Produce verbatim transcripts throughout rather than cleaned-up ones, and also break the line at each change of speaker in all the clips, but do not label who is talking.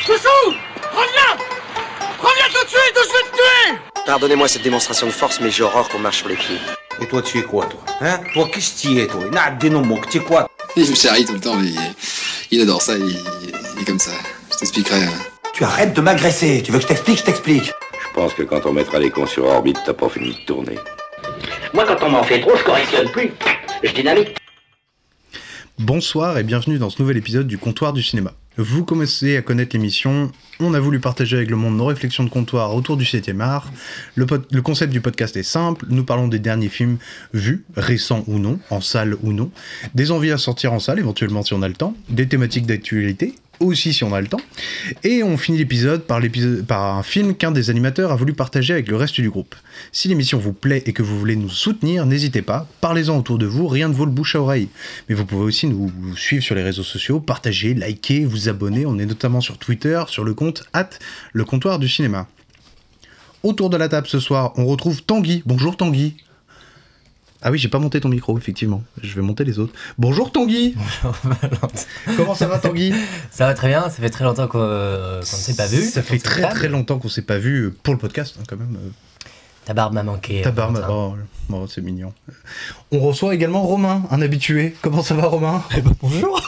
Chouchou, reviens, reviens tout de suite ou je vais te tuer.
Pardonnez-moi cette démonstration de force, mais j'ai horreur qu'on marche sur les pieds.
Et toi, tu es quoi, toi? Hein? Toi, qu'est-ce que tu es, toi? N'a des noms, tu es quoi?
Il me charrie tout le temps, mais il adore ça, il, il est comme ça. Je t'expliquerai.
Tu arrêtes de m'agresser. Tu veux que je t'explique? Je t'explique.
Je pense que quand on mettra les cons sur orbite, t'as pas fini de tourner.
Moi, quand on m'en fait trop, je correctionne plus. Je dynamite.
Bonsoir et bienvenue dans ce nouvel épisode du Comptoir du cinéma. Vous commencez à connaître l'émission, on a voulu partager avec le monde nos réflexions de comptoir autour du septième art. Le, pod- le concept du podcast est simple, nous parlons des derniers films vus, récents ou non, en salle ou non, des envies à sortir en salle éventuellement si on a le temps, des thématiques d'actualité, aussi si on a le temps, et on finit l'épisode par, l'épisode par un film qu'un des animateurs a voulu partager avec le reste du groupe. Si l'émission vous plaît et que vous voulez nous soutenir, n'hésitez pas, parlez-en autour de vous, rien ne vaut le bouche à oreille. Mais vous pouvez aussi nous suivre sur les réseaux sociaux, partager, liker, vous abonner, on est notamment sur Twitter, sur le compte arobase le comptoir du cinéma. Autour de la table ce soir, on retrouve Tanguy. Bonjour Tanguy. Ah oui, j'ai pas monté ton micro, effectivement. Je vais monter les autres. Bonjour Tanguy.
Bonjour Valentin.
Comment ça va Tanguy?
Ça va très bien, ça fait très longtemps qu'on euh, qu'on ne s'est pas vu.
Ça fait très très longtemps qu'on s'est pas vu pour le podcast, hein, quand même.
Ta barbe m'a manqué.
Ta barbe, oh, oh, c'est mignon. On reçoit également Romain, un habitué. Comment ça va Romain?
Eh ben bonjour.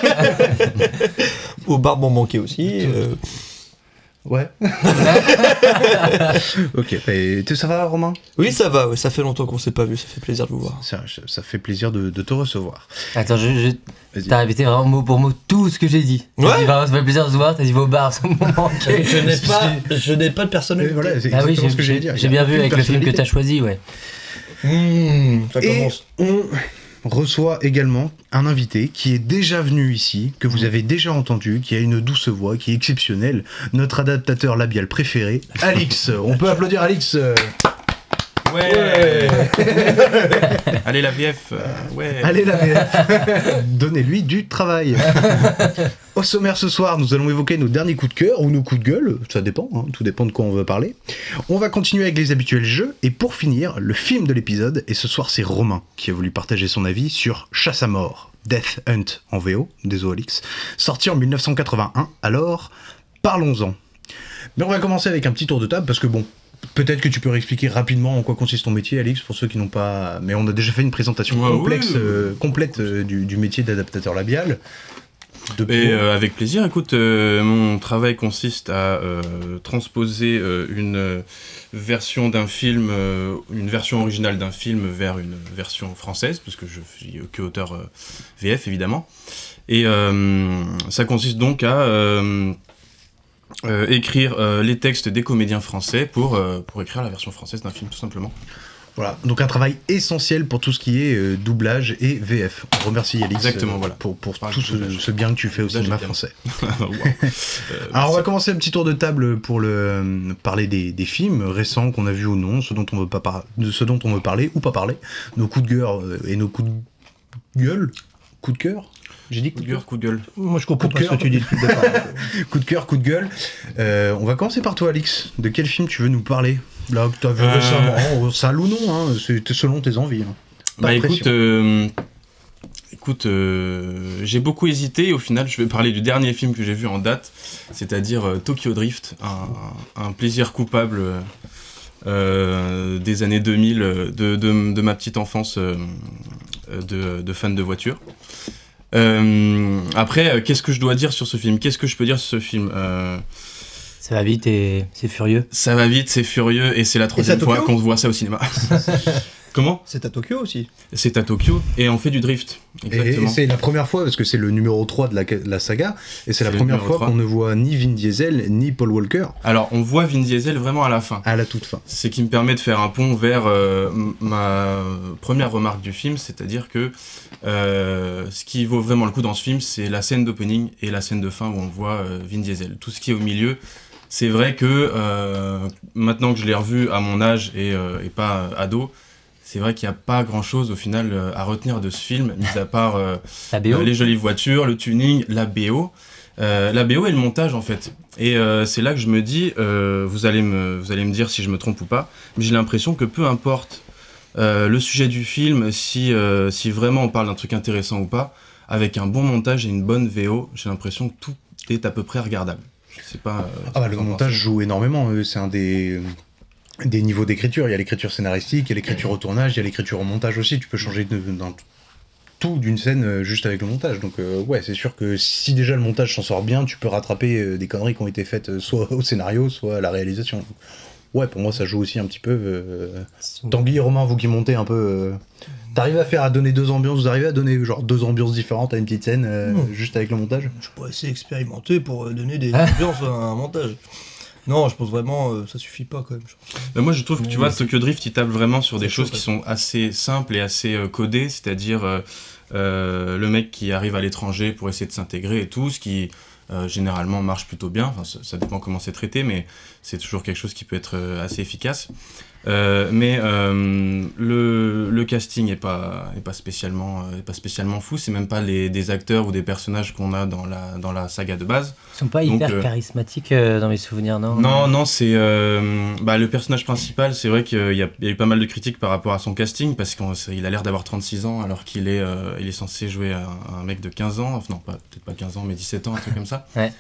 Vos barbes m'ont manqué aussi. Euh...
Ouais. Ok, et ça va Romain?
Oui, ça va, ouais, ça fait longtemps qu'on s'est pas vu, ça fait plaisir de vous voir.
Ça, ça fait plaisir de, de te recevoir.
Attends, je, je... t'as répété vraiment mot pour mot tout ce que j'ai dit.
Ouais.
T'as dit vraiment, ça fait plaisir de se voir, t'as dit vos barbes sont manquées.
Je n'ai pas, je n'ai pas de personnalité.
Voilà, c'est
ah oui,
ce que j'allais dire.
J'ai bien vu avec le film que t'as choisi, ouais.
Mmh, ça
Et
commence.
on reçoit également un invité qui est déjà venu ici, que vous avez déjà entendu, qui a une douce voix, qui est exceptionnelle, notre adaptateur labial préféré, Alix. On peut applaudir Alix.
Ouais, Allez la V F, euh, ouais.
Allez la V F. Donnez-lui du travail. Au sommaire ce soir, nous allons évoquer nos derniers coups de cœur ou nos coups de gueule, ça dépend, hein, tout dépend de quoi on veut parler. On va continuer avec les habituels jeux, et pour finir, le film de l'épisode, et ce soir c'est Romain qui a voulu partager son avis sur Chasse à mort, Death Hunt en V O, désolé Alix, sorti en dix-neuf cent quatre-vingt-un, alors parlons-en. Mais on va commencer avec un petit tour de table, parce que bon, peut-être que tu peux réexpliquer rapidement en quoi consiste ton métier, Alix, pour ceux qui n'ont pas... Mais on a déjà fait une présentation
Ouais,
complexe,
oui, oui.
euh, complète euh, du, du métier d'adaptateur labial. De
Et euh, avec plaisir, écoute, euh, mon travail consiste à euh, transposer euh, une euh, version d'un film, euh, une version originale d'un film vers une version française, parce que je suis que auteur euh, V F évidemment. Et euh, ça consiste donc à... Euh, Euh, écrire euh, les textes des comédiens français pour, euh, pour écrire la version française d'un film, tout simplement.
Voilà, donc un travail essentiel pour tout ce qui est euh, doublage et V F. On remercie Alix
Exactement,
euh,
voilà.
pour, pour
Par
tout ce,
doublage.
ce bien que tu fais au
Doublage,
cinéma
évidemment.
français.
Wow. Euh,
Alors on va
merci.
commencer un petit tour de table pour le, euh, parler des, des films récents qu'on a vus ou non, ceux dont on veut pas par- de ceux dont on veut parler ou pas parler, nos coups de gueule euh, et nos coups de gueule, coups de cœur. J'ai dit
Coup de cœur, coup de gueule.
Moi je comprends
Coup de
pas ce que
cœur.
tu dis depuis le départ.
Coup de cœur, coup de gueule. Euh, on va commencer par toi, Alix. De quel film tu veux nous parler? Là, que tu as vu
Euh.
récemment, en salle ou non, hein, c'est selon tes envies. Hein. Pas
Bah
de
écoute,
pression.
euh, écoute euh, j'ai beaucoup hésité et au final je vais parler du dernier film que j'ai vu en date, c'est-à-dire euh, Tokyo Drift, un, un plaisir coupable euh, euh, des années deux mille, euh, de, de, de ma petite enfance euh, de, de fan de voitures. Euh, après, euh, qu'est-ce que je dois dire sur ce film? Qu'est-ce que je peux dire sur ce film? euh,
Ça va vite et c'est furieux.
Ça va vite, c'est furieux et c'est la troisième
c'est à
fois
Tokyo
qu'on voit ça au cinéma. Comment?
C'est à Tokyo aussi.
C'est à Tokyo et on fait du drift.
Et, et
Exactement.
c'est la première fois, parce que c'est le numéro trois de la, de la saga, et c'est
C'est
la
le
première
numéro
fois
trois.
qu'on ne voit ni Vin Diesel ni Paul Walker
Alors, on voit Vin Diesel vraiment à la fin.
à la toute fin.
C'est qui me permet de faire un pont vers euh, m- ma première remarque du film, c'est-à-dire que euh, ce qui vaut vraiment le coup dans ce film, c'est la scène d'opening et la scène de fin où on voit euh, Vin Diesel. Tout ce qui est au milieu, c'est vrai que euh, maintenant que je l'ai revu à mon âge et, euh, et pas euh, ado, c'est vrai qu'il n'y a pas grand-chose au final euh, à retenir de ce film, mis à part euh,
La B O.
euh, les jolies voitures, le tuning, la B O. Euh, la B O et le montage en fait. Et euh, c'est là que je me dis, euh, vous, allez me, vous allez me dire si je me trompe ou pas, mais j'ai l'impression que peu importe euh, le sujet du film, si, euh, si vraiment on parle d'un truc intéressant ou pas, avec un bon montage et une bonne V O, j'ai l'impression que tout est à peu près regardable. C'est pas. Euh,
ah bah, le montage joue énormément. euh, C'est un des des niveaux d'écriture. Il y a l'écriture scénaristique, il y a l'écriture au tournage, il y a l'écriture au montage aussi. Tu peux changer de, dans tout d'une scène euh, juste avec le montage. Donc euh, ouais, c'est sûr que si déjà le montage s'en sort bien, tu peux rattraper euh, des conneries qui ont été faites euh, soit au scénario, soit à la réalisation. Ouais, pour moi ça joue aussi un petit peu. Euh... Tanguy et Romain, vous qui montez un peu, euh... t'arrives à faire à donner deux ambiances, vous arrivez à donner genre deux ambiances différentes à une petite scène euh, mmh. juste avec le montage.
Je pourrais essayer d'expérimenter pour donner des ambiances à un montage. Non, je pense vraiment euh, ça suffit pas quand même.
Mais moi je trouve que tu vois, Tokyo Drift il tape vraiment sur des choses qui sont assez simples et assez euh, codées, c'est-à-dire euh, euh, le mec qui arrive à l'étranger pour essayer de s'intégrer et tout, ce qui euh, généralement marche plutôt bien, enfin, ça, ça dépend comment c'est traité, mais c'est toujours quelque chose qui peut être euh, assez efficace. Euh, mais euh, le, le casting est pas, est pas, spécialement, est pas spécialement fou, c'est même pas les, des acteurs ou des personnages qu'on a dans la, dans la saga de base.
Ils sont pas
Donc,
hyper
euh,
charismatiques euh, dans mes souvenirs, non?
Non, non, c'est euh, bah, le personnage principal, c'est vrai qu'il y a, il y a eu pas mal de critiques par rapport à son casting, parce qu'il a l'air d'avoir trente-six ans alors qu'il est, euh, il est censé jouer un, un mec de quinze ans, enfin non, pas, peut-être pas quinze ans, mais dix-sept ans, un truc comme ça.
Ouais.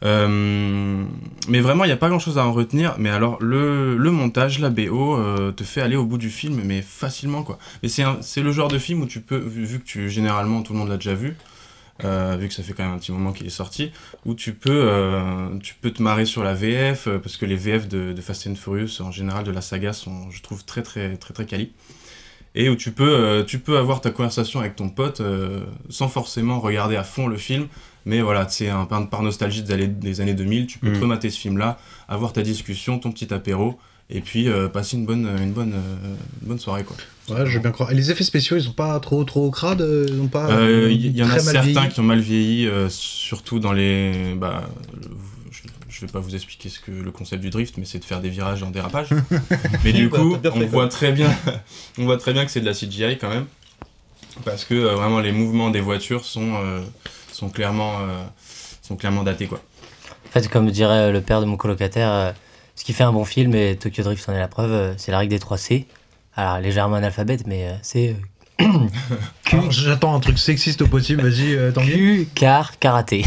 Euh, mais vraiment il n'y a pas grand chose à en retenir, mais alors le, le montage, la B O euh, te fait aller au bout du film mais facilement quoi. Mais c'est, un, c'est le genre de film où tu peux, vu, vu que tu, généralement tout le monde l'a déjà vu, euh, vu que ça fait quand même un petit moment qu'il est sorti, où tu peux, euh, tu peux te marrer sur la V F, euh, parce que les V F de, de Fast and Furious en général de la saga sont, je trouve, très très très très quali. Et où tu peux, euh, tu peux avoir ta conversation avec ton pote euh, sans forcément regarder à fond le film. Mais voilà, c'est un peu par nostalgie des années, des années deux mille, tu peux mmh. te remater ce film-là, avoir ta discussion, ton petit apéro, et puis euh, passer une bonne, une, bonne, euh, une bonne soirée, quoi.
Ouais, je veux bien croire. Et les effets spéciaux, ils sont pas trop trop crades, ils ont pas. Il
euh, y, y en a certains vieilli. Qui ont mal vieilli, euh, surtout dans les. Bah, je, je vais pas vous expliquer ce que le concept du drift, mais c'est de faire des virages en dérapage. Mais du coup, bah, on voit très bien, on voit très bien que c'est de la C G I quand même, parce que euh, vraiment les mouvements des voitures sont. Euh, sont clairement, euh, sont clairement datés, quoi.
En fait, comme dirait le père de mon colocataire, euh, ce qui fait un bon film, et Tokyo Drift en est la preuve, euh, c'est la règle des trois C. Alors, légèrement analphabète, mais euh, c'est... Euh,
Alors, j'attends un truc sexiste au possible, vas-y, euh, tant
Q, car, karaté.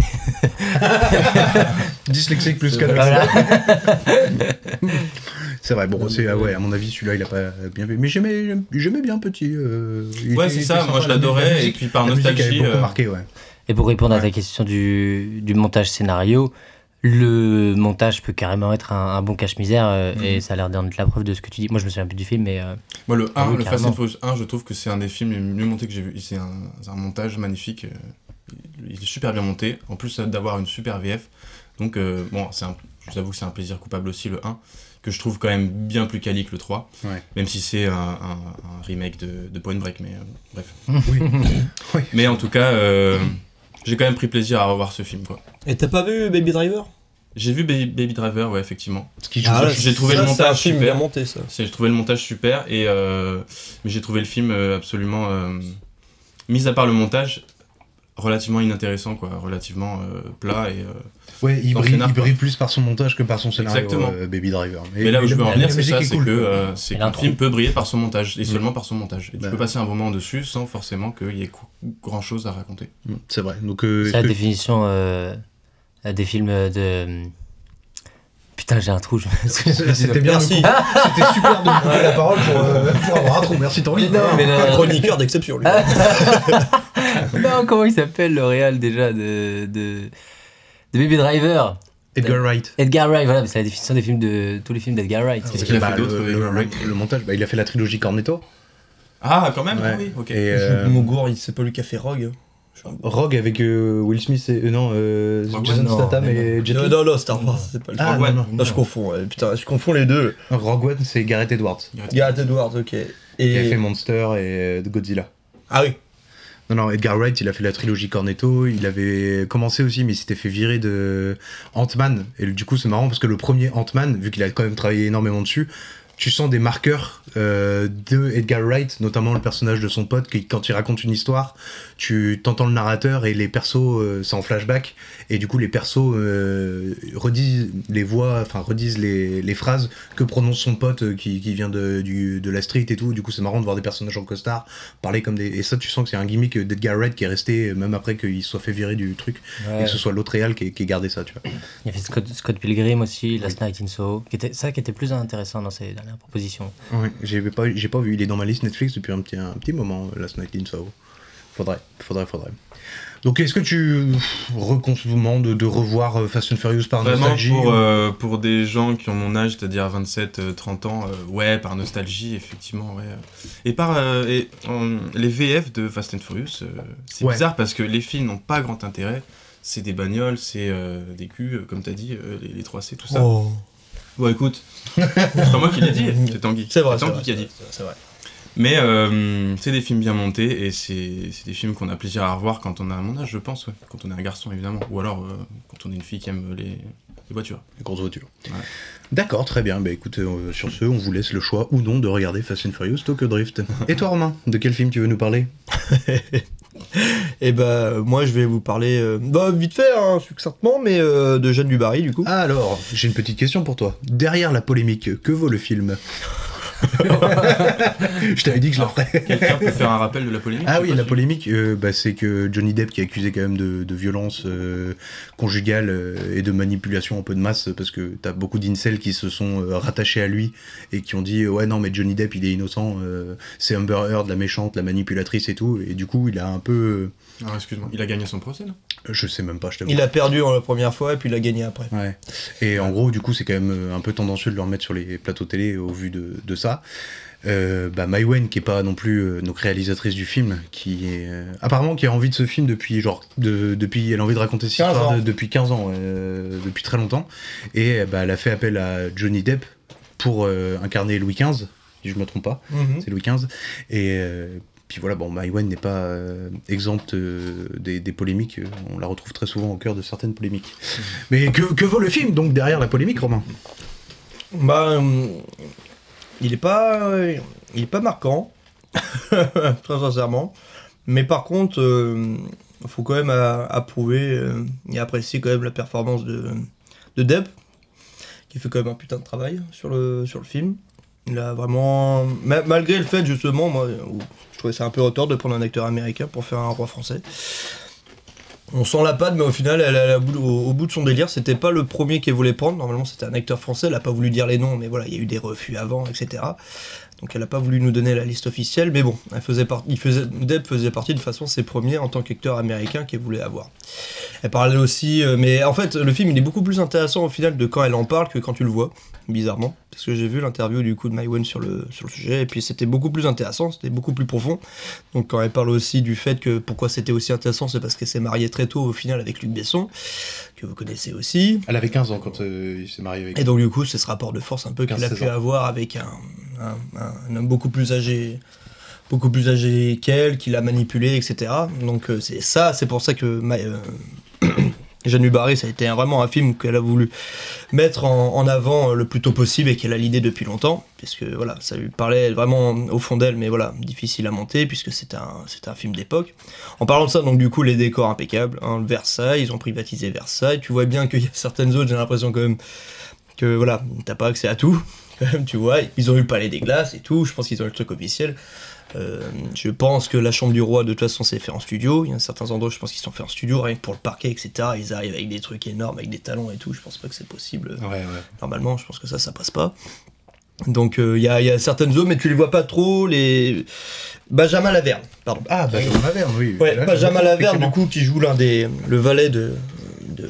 Dyslexique plus qu'analphabète. Voilà. C'est vrai, bon, c'est, ah ouais, à mon avis, celui-là, il a pas bien vu. Mais j'aimais, j'aimais bien Petit. Euh,
ouais, était, c'est ça, moi je l'adorais, musique, et puis par nostalgie...
beaucoup euh... marqué, ouais.
Et pour répondre ouais. à ta question du, du montage scénario, le montage peut carrément être un, un bon cache-misère, euh, mmh. et ça a l'air d'en être la preuve de ce que tu dis. Moi, je me souviens plus du film, mais... Euh,
Moi, le un, oui, le Fast and Furious un, je trouve que c'est un des films les mieux montés que j'ai vu. C'est un, c'est un montage magnifique. Il est super bien monté, en plus d'avoir une super V F. Donc, euh, bon, c'est un, je vous avoue que c'est un plaisir coupable aussi, le un, que je trouve quand même bien plus quali que le trois, ouais. même si c'est un, un, un remake de, de Point Break, mais euh, bref. Oui. oui. Mais en tout cas... Euh, j'ai quand même pris plaisir à revoir ce film, quoi.
Et t'as pas vu Baby Driver ?
J'ai vu Baby, Baby Driver, ouais, effectivement.
Ce qui joue ah,
j'ai trouvé
ça,
le montage
c'est un film
super.
Bien monté, ça.
C'est, j'ai trouvé le montage super, et euh, mais j'ai trouvé le film euh, absolument, euh, mis à part le montage, relativement inintéressant, quoi, relativement euh, plat et. Euh,
ouais, il brille, scénar, il brille plus par son montage que par son scénario.
Exactement.
Euh, Baby Driver.
Mais, mais là où je veux en venir, c'est ça, c'est
cool,
que euh, c'est qu'un film peut briller par son montage et mmh. seulement par son montage. Et tu
bah.
peux passer un moment dessus sans forcément qu'il y ait grand chose à raconter.
Mmh, c'est vrai. Donc euh,
c'est la que... définition euh, des films de. Putain, j'ai un trou. Je me
C'était, c'était bien. Merci. C'était super de me donner la parole pour, euh, pour avoir un trou. Merci Tanguy.
Non, mais un euh... chroniqueur d'exception, lui.
Non, comment il s'appelle le réal déjà de, de, de Baby Driver?
Edgar Wright.
Edgar Wright, voilà, c'est la définition des films de tous les films d'Edgar Wright.
Qu'est-ce qu'il a
bah,
fait d'autre
le, le, le montage, bah, il a fait la trilogie Cornetto.
Ah, quand même,
ouais.
oui, ok.
Et euh...
Mogour, c'est pas lui qui a fait Rogue.
Rogue avec euh, Will Smith et euh, non euh, Jason Statham et Jet Li.
Non, non, non, Star Wars, c'est pas le
ah,
Rogue One.
Non, non,
non, je confonds. Ouais. Putain, je confonds les deux.
Rogue One, c'est Gareth Edwards.
Gareth Edwards, ok. Et
il a fait Monster et Godzilla.
Ah oui.
Non, non, Edgar Wright, il a fait la trilogie Cornetto. Il avait commencé aussi, mais il s'était fait virer de Ant-Man. Et du coup, c'est marrant parce que le premier Ant-Man, vu qu'il a quand même travaillé énormément dessus, tu sens des marqueurs euh, de Edgar Wright, notamment le personnage de son pote, qui quand il raconte une histoire, tu t'entends le narrateur et les persos, euh, c'est en flashback, et du coup les persos euh, redisent les voix, enfin redisent les, les phrases que prononce son pote euh, qui, qui vient de, du, de la street et tout. Du coup, c'est marrant de voir des personnages en costard parler comme des. Et ça, tu sens que c'est un gimmick d'Edgar Wright qui est resté même après qu'il soit fait virer du truc
Ouais.
et que ce soit l'autre réal qui ait qui ait gardé ça, tu vois.
Il y avait Scott, Scott Pilgrim aussi, Last Night in Soho, qui était, ça qui était plus intéressant dans ses dernières propositions.
Ouais, j'ai pas, j'ai pas vu. Il est dans ma liste Netflix depuis un petit, un petit moment, euh, Last Night in Soho. Faudrait, faudrait, faudrait. Donc, est-ce que tu recommandes de, de revoir euh, Fast and Furious par
Vraiment,
nostalgie
pour,
ou-
euh, pour des gens qui ont mon âge, c'est-à-dire vingt-sept trente ans, euh, ouais, par nostalgie, effectivement, ouais. Et par euh, et, euh, les V F de Fast and Furious, euh, c'est
Ouais.
bizarre parce que les films n'ont pas grand intérêt. C'est des bagnoles, c'est euh, des culs, euh, comme t'as dit, euh, les, les trois C, tout ça.
Oh.
Bon, écoute, c'est pas moi qui l'ai dit, c'est Tanguy.
C'est vrai, c'est
Tanguy
vrai,
qui a
c'est
dit.
vrai, c'est vrai.
Mais euh, c'est des films bien montés et c'est c'est des films qu'on a plaisir à revoir quand on a mon âge, je pense, ouais. Quand on est un garçon, évidemment. Ou alors euh, quand on est une fille qui aime les, les voitures.
Les grosses voitures.
Ouais.
D'accord, très bien. Bah écoute, euh, sur ce, on vous laisse le choix ou non de regarder Fast and Furious Tokyo Drift. Et toi, Romain, de quel film tu veux nous parler?
Et bah, moi, je vais vous parler, euh, bah, vite fait, hein, succinctement, mais euh, de Jeanne du Barry, du coup.
Alors, j'ai une petite question pour toi. Derrière la polémique, que vaut le film? Je t'avais dit que je le ferais.
Quelqu'un peut faire un rappel de la polémique?
Ah
Je sais
oui,
pas
la
si-
polémique, euh, bah, c'est que Johnny Depp qui est accusé quand même de, de violence euh, conjugale euh, et de manipulation un peu de masse, parce que t'as beaucoup d'incels qui se sont euh, rattachés à lui et qui ont dit ouais non mais Johnny Depp il est innocent, euh, c'est Amber Heard la méchante, la manipulatrice et tout, et du coup il a un peu,
Ah, excuse-moi, il a gagné son procès, non?
euh, je sais même pas, je t'avoue.
Il a perdu en la première fois et puis il a gagné après.
Ouais. Et en gros, du coup, c'est quand même euh, un peu tendancieux de le remettre sur les plateaux télé au vu de, de ça. Euh, bah, Mai Wen, qui est pas non plus euh, donc réalisatrice du film, qui est euh, apparemment qui a envie de ce film depuis genre de, depuis, elle a envie de raconter cette
quinze
histoire
ans.
de- depuis quinze ans, euh, depuis très longtemps. Et bah, elle a fait appel à Johnny Depp pour euh, incarner Louis quinze, si je me trompe pas.
Mhm.
C'est Louis quinze. Et euh, puis voilà, bon, Mai Wen n'est pas euh, exempte euh, des, des polémiques. euh, On la retrouve très souvent au cœur de certaines polémiques. Mais que, que vaut le film, donc, derrière la polémique, Romain?
Bah, euh, il est pas, euh, il est pas marquant, très sincèrement. Mais par contre, euh, faut quand même a- approuver euh, et apprécier quand même la performance de, de Depp, qui fait quand même un putain de travail sur le, sur le film. Il a vraiment, ma- malgré le fait justement, moi, où je trouvais ça un peu retort de prendre un acteur américain pour faire un roi français. On sent la patte, mais au final, elle, elle, au, bout, au, au bout de son délire, c'était pas le premier qu'elle voulait prendre. Normalement, c'était un acteur français, elle a pas voulu dire les noms, mais voilà, il y a eu des refus avant, et cetera. Donc elle a pas voulu nous donner la liste officielle, mais bon, elle faisait par... il faisait... Depp faisait partie de façon ses premiers en tant qu'acteur américain qu'elle voulait avoir. Elle parlait aussi, euh, mais en fait, le film il est beaucoup plus intéressant au final de quand elle en parle que quand tu le vois, bizarrement, parce que j'ai vu l'interview du coup de Mai Wen sur le, sur le sujet, et puis c'était beaucoup plus intéressant, c'était beaucoup plus profond. Donc quand elle parle aussi du fait que pourquoi c'était aussi intéressant, c'est parce qu'elle s'est mariée très tôt au final avec Luc Besson, que vous connaissez aussi.
Elle avait quinze ans quand euh, il s'est marié avec.
Et donc du coup, c'est ce rapport de force un peu qu'elle a
quinze
pu
seize ans.
avoir avec un, un, un- un homme beaucoup plus âgé, beaucoup plus âgé qu'elle, qui l'a manipulé, et cetera. Donc euh, c'est ça, c'est pour ça que Ma- euh, Jeanne du Barry, ça a été un- vraiment un film qu'elle a voulu mettre en, en avant euh, le plus tôt possible et qu'elle a l'idée depuis longtemps, puisque voilà, ça lui parlait vraiment au fond d'elle, mais voilà, difficile à monter puisque c'est un, c'est un film d'époque. En parlant de ça, donc du coup, les décors impeccables, hein, Versailles, ils ont privatisé Versailles. Tu vois bien qu'il y a certaines autres, j'ai l'impression quand même que voilà, t'as pas accès à tout. Quand même, tu vois, ils ont eu le palais des glaces et tout. Je pense qu'ils ont eu le truc officiel. Euh, je pense que la chambre du roi, de toute façon, c'est fait en studio. Il y a certains endroits, je pense qu'ils sont faits en studio, rien que pour le parquet, et cetera. Ils arrivent avec des trucs énormes, avec des talons et tout. Je pense pas que c'est possible.
Ouais, ouais.
Normalement, je pense que ça, ça passe pas. Donc, il euh, y, a, y a certaines zones, mais tu les vois pas trop. Les Benjamin Laverne, pardon.
Ah, Benjamin Laverne, oui.
Ouais,
Là,
Benjamin
je-
Laverne, du
effectivement.
coup, qui joue l'un des. Le valet de. de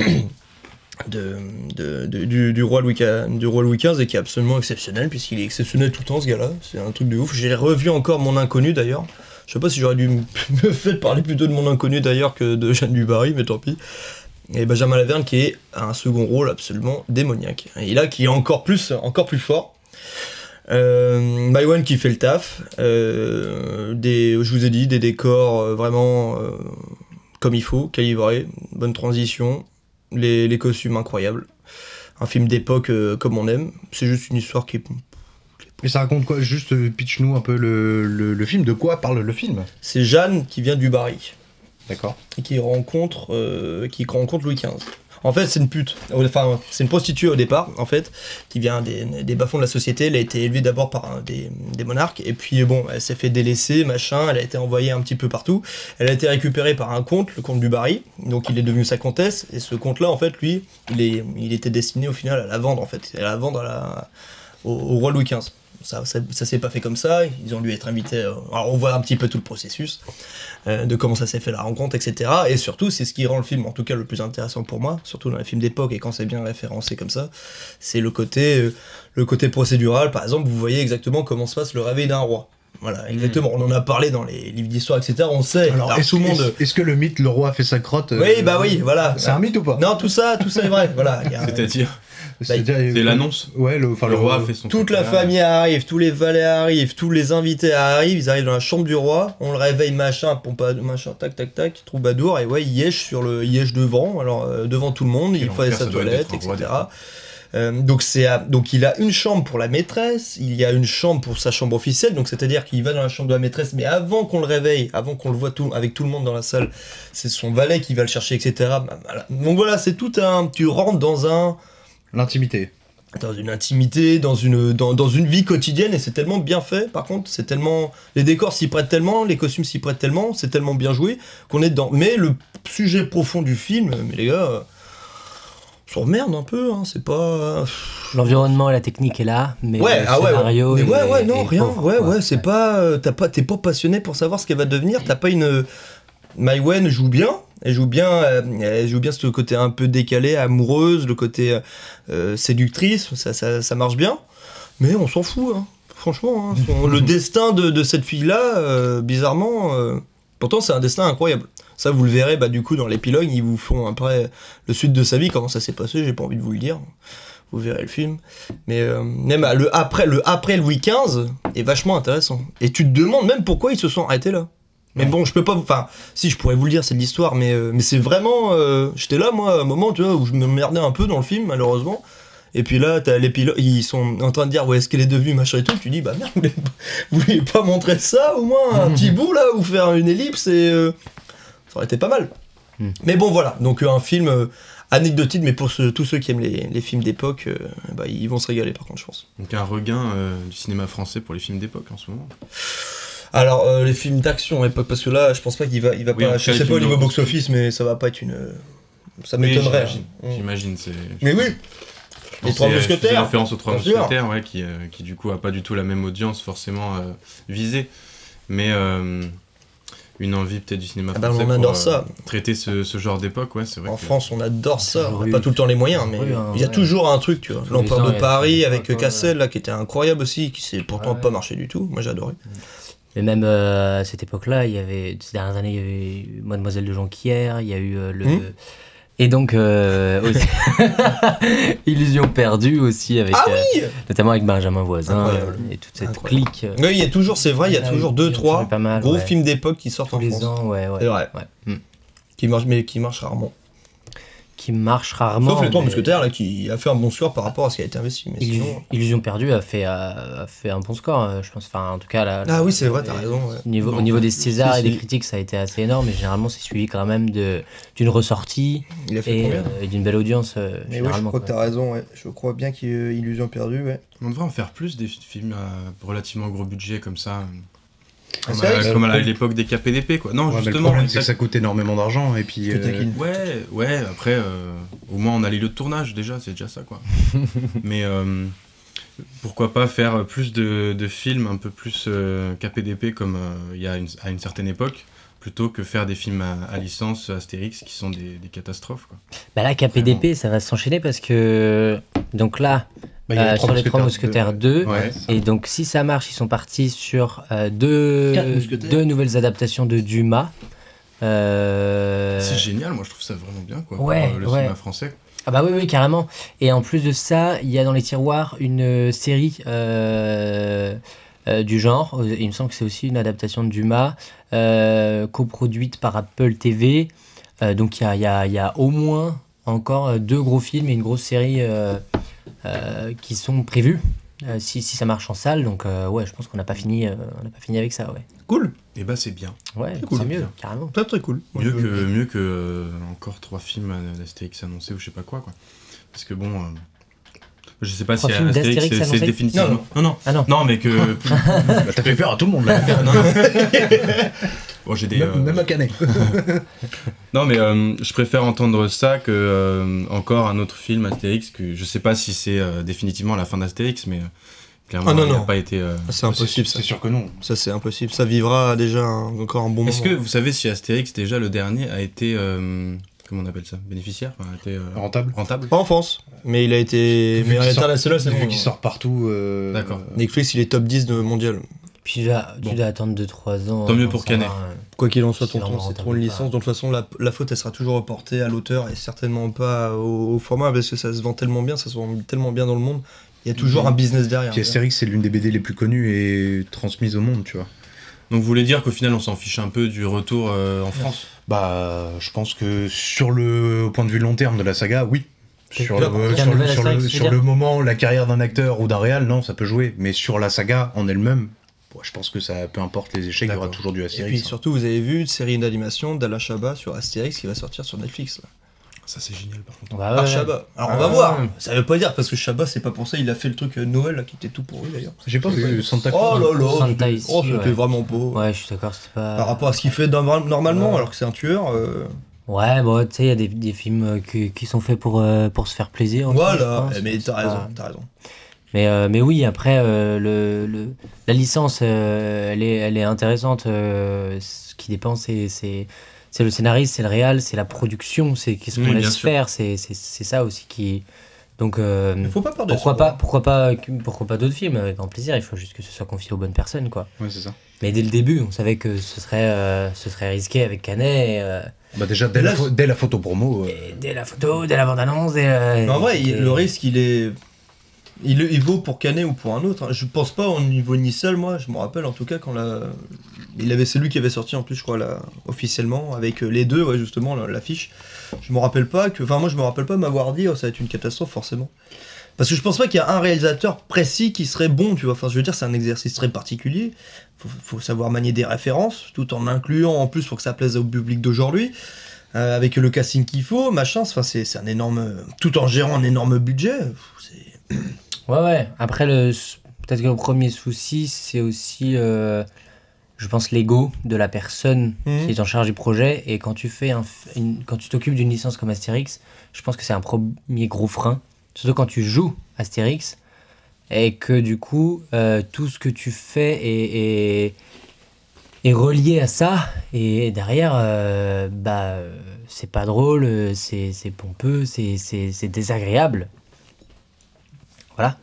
De, de, de- du, du, roi Louis, du roi Louis quinze et qui est absolument exceptionnel puisqu'il est exceptionnel tout le temps ce gars-là, c'est un truc de ouf. J'ai revu encore Mon Inconnu d'ailleurs, je sais pas si j'aurais dû me me faire parler plutôt de Mon Inconnu d'ailleurs que de Jeanne du Barry, mais tant pis. Et Benjamin Laverne qui est un second rôle absolument démoniaque, et là qui est encore plus, encore plus fort. Euh, Mai Wen qui fait le taf, euh, des, je vous ai dit, des décors euh, vraiment euh, comme il faut, calibrés, bonne transition, les, les costumes incroyables, un film d'époque euh, comme on aime. C'est juste une histoire qui est...
Mais ça raconte quoi? Juste euh, pitch-nous un peu le, le, le film. De quoi parle le film?
C'est Jeanne qui vient du Barry
D'accord.
et qui rencontre, euh, qui rencontre Louis quinze. En fait, c'est une pute. Enfin, c'est une prostituée au départ, en fait, qui vient des, des bas-fonds de la société. Elle a été élevée d'abord par un, des, des monarques, et puis bon, elle s'est fait délaisser, machin, elle a été envoyée un petit peu partout. Elle a été récupérée par un comte, le comte du Barry, donc il est devenu sa comtesse, et ce comte-là, en fait, lui, il, est, il était destiné au final à la vendre, en fait, à la vendre à la, au, au roi Louis quinze. Ça, ça, ça s'est pas fait comme ça, ils ont dû être invités. Euh, alors on voit un petit peu tout le processus euh, de comment ça s'est fait la rencontre, et cetera. Et surtout, c'est ce qui rend le film, en tout cas, le plus intéressant pour moi, surtout dans les films d'époque et quand c'est bien référencé comme ça, c'est le côté, euh, le côté procédural. Par exemple, vous voyez exactement comment se passe le réveil d'un roi. Voilà, exactement. On en a parlé dans les livres d'histoire, et cetera. On sait.
Alors,
Alors,
est-ce,
tout le monde.
est-ce, est-ce que le mythe, le roi fait sa crotte euh,
Oui, bah oui, voilà.
C'est un mythe ou pas?
Non, tout ça, tout ça est vrai. Voilà. Il y a un-
C'est-à-dire,
C'est-à-dire,
c'est
euh,
l'annonce.
Ouais, le, enfin,
Le roi fait son
Toute
truc
la
là.
famille arrive, tous les valets arrivent, tous les invités arrivent, ils arrivent dans la chambre du roi, on le réveille, machin, pompa, machin, tac, tac, tac, troubadour, et ouais, il yèche sur le, il yèche devant, alors euh, devant tout le monde,
Quel
il fait
enfer,
sa
ça doit
toilette,
être un roi,
et cetera. Euh, donc c'est à- donc il a une chambre pour la maîtresse, il y a une chambre pour sa chambre officielle, donc c'est-à-dire qu'il va dans la chambre de la maîtresse, mais avant qu'on le réveille, avant qu'on le voit tout, avec tout le monde dans la salle, c'est son valet qui va le chercher, et cetera. Bah, voilà. Donc voilà, c'est tout un, tu rentres dans un
l'intimité.
dans une intimité, dans une, dans, dans une vie quotidienne, et c'est tellement bien fait, par contre, c'est tellement... Les décors s'y prêtent tellement, les costumes s'y prêtent tellement, c'est tellement bien joué, qu'on est dedans. Mais le sujet profond du film, mais les gars, euh, on s'en remerde un peu, hein, c'est pas...
L'environnement et la technique est là, mais
Ouais,
le
ah ouais, ouais.
scénario
Mais ouais,
est-
ouais, non,
est
rien,
pauvre,
ouais,
quoi.
ouais, c'est pas... euh, t'as pas... T'es pas passionné pour savoir ce qu'elle va devenir, t'as pas une... Mai Wen joue bien, elle joue bien, euh, elle joue bien ce côté un peu décalé, amoureuse, le côté euh, séductrice, ça, ça, ça marche bien, mais on s'en fout, hein, franchement. Hein, son- le destin de, de cette fille-là, euh, bizarrement, euh, pourtant c'est un destin incroyable. Ça vous le verrez, bah du coup dans l'épilogue, ils vous font après le suite de sa vie, comment ça s'est passé, j'ai pas envie de vous le dire. Vous verrez le film, mais euh, même le après, le après Louis quinze est vachement intéressant. Et tu te demandes même pourquoi ils se sont arrêtés là. Mais bon, je peux pas. Enfin, si je pourrais vous le dire, c'est de l'histoire, mais euh, mais c'est vraiment. euh, J'étais là, moi, à un moment, tu vois, où je me merdais un peu dans le film, malheureusement. Et puis là, t'as l'épilogue, ils sont en train de dire, ouais, est-ce qu'elle est devenue, machin et tout. Tu dis, bah merde, vous voulez pas, vous voulez pas montrer ça, au moins, un petit bout là, ou faire une ellipse, et euh, ça aurait été pas mal.
Mm.
Mais bon, voilà. Donc, euh, un film euh, anecdotique, mais pour ceux- tous ceux qui aiment les, les films d'époque, euh, bah, ils vont se régaler, par contre, je pense.
Donc un regain euh, du cinéma français pour les films d'époque en ce moment.
Alors, euh, les films d'action à l'époque, parce que là, je pense pas qu'il va, il va
Oui, en
pas.
tout
Je
cas,
sais
les
pas au
films
niveau
de-
box-office, mais ça va pas être une. Ça
Oui,
m'étonnerait.
j'imagine.
hein. Mm.
J'imagine, c'est...
Mais oui,
Je
Les Trois
pensais- je faisais
Mousquetaires.
référence aux Trois
Bien sûr.
Mousquetaires, ouais, qui, euh, qui du coup a pas du tout la même audience forcément euh, visée. Mais euh, une envie peut-être du cinéma
Ah bah,
français
on adore
pour
ça.
traiter ce, ce genre d'époque, ouais, c'est vrai.
en
que-
France, on adore ça.
Toujours
On n'a
eu-
pas tout le temps les moyens, mais
Oui, hein,
il y a
ouais.
toujours un truc, tu vois.
Tous les
L'Empereur
ans,
de
il y a
Paris
des
avec
trucs, ouais.
Cassel, là, qui était incroyable aussi, qui s'est pourtant
Ouais.
pas marché du tout. Moi, j'ai adoré.
Mais même euh, à cette époque-là, il y avait, ces dernières années, il y avait eu Mademoiselle de Jonquière, il y a eu euh, le.
Hmm.
Et donc, euh, aussi- Illusion perdue aussi, avec,
Ah
euh,
oui
notamment avec Benjamin Voisin
Incroyable.
euh, et toute cette
Incroyable.
clique. euh,
Mais il y a toujours, c'est vrai, il y a
Ah,
toujours
oui,
deux,
il y a
trois
toujours pas mal,
gros
ouais.
films d'époque qui sortent
tous
en
les
France.
ans, ouais, ouais.
C'est vrai.
ouais.
Qui marchent, mais qui marchent rarement.
Qui marche rarement.
Sauf les Trois
mais-
Mousquetaires, là, qui a fait un bon score par rapport à ce qui a été investi. Mais
Illusion,
sinon.
Illusion perdue a fait, a, a fait un bon score, euh, je pense. Enfin, en tout cas, là.
Ah oui, c'est vrai, t'as raison. ouais.
Au niveau,
Bon,
au niveau des Césars
si,
et des
si.
critiques, ça a été assez énorme, et généralement, c'est suivi quand même de, d'une ressortie
Il a fait
et,
combien
euh, et d'une belle audience, euh,
Mais oui, je
généralement.
crois que
quoi.
t'as raison, ouais. Je crois bien qu'il y a Illusion perdue, ouais.
On devrait en faire plus des fi- films à relativement gros budget comme ça.
Ah,
Comme,
c'est vrai
à,
que-
comme à l'époque des K P D P, quoi. Non,
Ouais, mais le
justement.
problème, c'est que
exact-
ça coûte énormément d'argent, et puis...
Je te
euh,
taquine.
Ouais, ouais, après, euh, au moins on a les lieux de tournage déjà, c'est déjà ça, quoi. Mais euh, pourquoi pas faire plus de, de films un peu plus euh, K P D P comme euh, il y a une, à une certaine époque, plutôt que faire des films à, à licence Astérix qui sont des, des catastrophes, quoi.
Bah là, K P D P, ça va s'enchaîner parce que. Donc là,
bah, il y a
euh,
les
sur les Trois Mousquetaires deux,
Ouais.
et donc si ça marche, ils sont partis sur euh, deux,
Quatre Mousquetaires.
deux nouvelles adaptations de Dumas. Euh,
C'est génial, moi je trouve ça vraiment bien, quoi,
Ouais,
pour, euh, le
ouais.
cinéma français.
Ah bah oui, oui, carrément. Et en plus de ça, il y a dans les tiroirs une euh, série euh, euh, du genre. Euh, Il me semble que c'est aussi une adaptation de Dumas, euh, coproduite par Apple T V. Euh, donc il y a, il y a- il y a au moins encore euh, deux gros films et une grosse série euh, euh, qui sont prévus. euh, si, si ça marche en salle. Donc euh, ouais, je pense qu'on n'a pas fini, euh, on n'a pas fini avec ça, ouais.
Cool.
Et bah c'est bien.
Ouais,
C'est cool.
c'est mieux, carrément.
Très très cool. Moi,
Mieux
je-
que, mieux que euh, encore trois films d'Astérix annoncés ou je sais pas quoi, quoi. Parce que bon, euh, je sais pas
Trois
si
films
Astérix
d'Astérix
c'est, c'est
annoncés
définitivement.
Non,
Non, non,
Ah non.
non, mais que.
Bah, t'as fait peur à tout le monde là.
non. Bon, j'ai des.
Même,
euh,
même à Canet.
Non, mais euh, je préfère entendre ça que euh, encore un autre film Astérix que je sais pas si c'est euh, définitivement la fin d'Astérix, mais euh, clairement
Ah non,
il n'a
non.
pas été. euh,
C'est impossible, ça.
C'est sûr que non.
Ça, c'est impossible. Ça vivra déjà un- encore un bon
Est-ce que
moment.
vous savez si Astérix déjà le dernier a été euh, comment on appelle ça, bénéficiaire, enfin, a été euh,
Rentable.
rentable?
Pas en France, mais il a été.
Vu
Mais à
qu'il sort-
l'international, c'est
Vu
bon.
qu'il sort partout. euh,
D'accord.
Netflix, il est top dix de mondial.
Puis tu dois, tu
Bon.
dois attendre deux trois ans.
Tant mieux
avant
pour
ça,
Canet.
hein.
Quoi qu'il en soit,
C'est
tonton,
vraiment
c'est
rentable
trop une
ou pas.
licence. De toute façon, la, la faute, elle sera toujours reportée à l'auteur et certainement pas au, au format parce que ça se vend tellement bien, ça se vend tellement bien dans le monde. Il y a toujours un business derrière.
Puis Astérix, c'est l'une des B D les plus connues et transmises au monde, tu vois.
Donc vous voulez dire qu'au final on s'en fiche un peu du retour euh, en France?
Bah, je pense que sur le au point de vue long terme de la saga, oui. Sur,
Là,
le,
par exemple,
sur,
un
le,
nouvel
sur, le,
Astérix, tu
sur
veux
le
dire
moment, la carrière d'un acteur ou d'un réal, non, ça peut jouer. Mais sur la saga en elle-même, bon, je pense que ça, peu importe les échecs, il y aura
D'accord.
toujours du
Et
Astérix.
puis surtout, vous avez vu une série d'animation d'Alain Chabat sur Astérix qui va sortir sur Netflix. Là.
Ça c'est génial par contre.
Bah,
Par
ouais.
Chabat. Alors on
Ah,
va voir.
ouais.
Ça veut pas dire parce que Chabat, c'est pas pour ça. Il a fait le truc euh, Noël là, qui était tout pourri d'ailleurs.
J'ai pas vu Santa
Oh
Claus.
là là,
Santa
c'était
ici,
oh, c'était
ouais.
vraiment beau.
Ouais, je suis d'accord, c'était pas.
Par rapport à ce qu'il fait normal- normalement,
Ouais.
alors que c'est un tueur. euh,
Ouais, bon, tu sais, il y a des, des films euh, qui, qui sont faits pour, euh, pour se faire plaisir. aussi, je
Voilà,
pense.
Eh, mais
C'est
t'as raison,
pas-
t'as raison.
Mais, euh, mais oui, après, euh, le, le, la licence, euh, elle, est, elle est intéressante. euh, ce qui dépend, c'est, c'est, c'est le scénariste, c'est le réal, c'est la production, c'est qu'est-ce qu'on
Oui, bien
laisse
sûr.
faire. C'est, c'est, c'est ça aussi qui. Donc, euh,
Il faut pas peur de
pourquoi
ça.
pas, pourquoi pas, pourquoi pas d'autres films avec grand plaisir. Il faut juste que ce soit confié aux bonnes personnes, quoi.
Ouais, c'est ça.
Mais dès le début, on savait que ce serait, euh, ce serait risqué avec Canet. Et, euh,
Bah, déjà, dès,
Là,
la, pho- dès la photo promo. euh,
et dès la photo, dès la bande-annonce. dès, euh,
Mais en vrai, il-
et-
le risque, il est. Il, il vaut pour Canet ou pour un autre. hein. Je pense pas au niveau initial, moi. Je me rappelle en tout cas quand la. Il avait celui qui avait sorti en plus, je crois, là, officiellement, avec euh, les deux, ouais, justement, la- l'affiche. Je me rappelle pas que. Enfin, moi, je me rappelle pas m'avoir dit, oh, ça va être une catastrophe, forcément. Parce que je pense pas qu'il y a un réalisateur précis qui serait bon, tu vois. Enfin, je veux dire, c'est un exercice très particulier. Faut, faut savoir manier des références, tout en incluant en plus pour que ça plaise au public d'aujourd'hui. Euh, avec le casting qu'il faut, machin. Enfin, c'est c'est un énorme. Tout en gérant un énorme budget. C'est.
Ouais, ouais. Après, le, peut-être que le premier souci, c'est aussi, euh, je pense, l'ego de la personne
Mhm.
qui est en charge du projet. Et quand tu fais un, f- une- quand tu t'occupes d'une licence comme Astérix, je pense que c'est un premier gros frein. Surtout quand tu joues Astérix et que du coup, euh, tout ce que tu fais est, est, est relié à ça. Et derrière, euh, bah, euh, c'est pas drôle, euh, c'est c'est pompeux, c'est c'est- c'est désagréable. Voilà.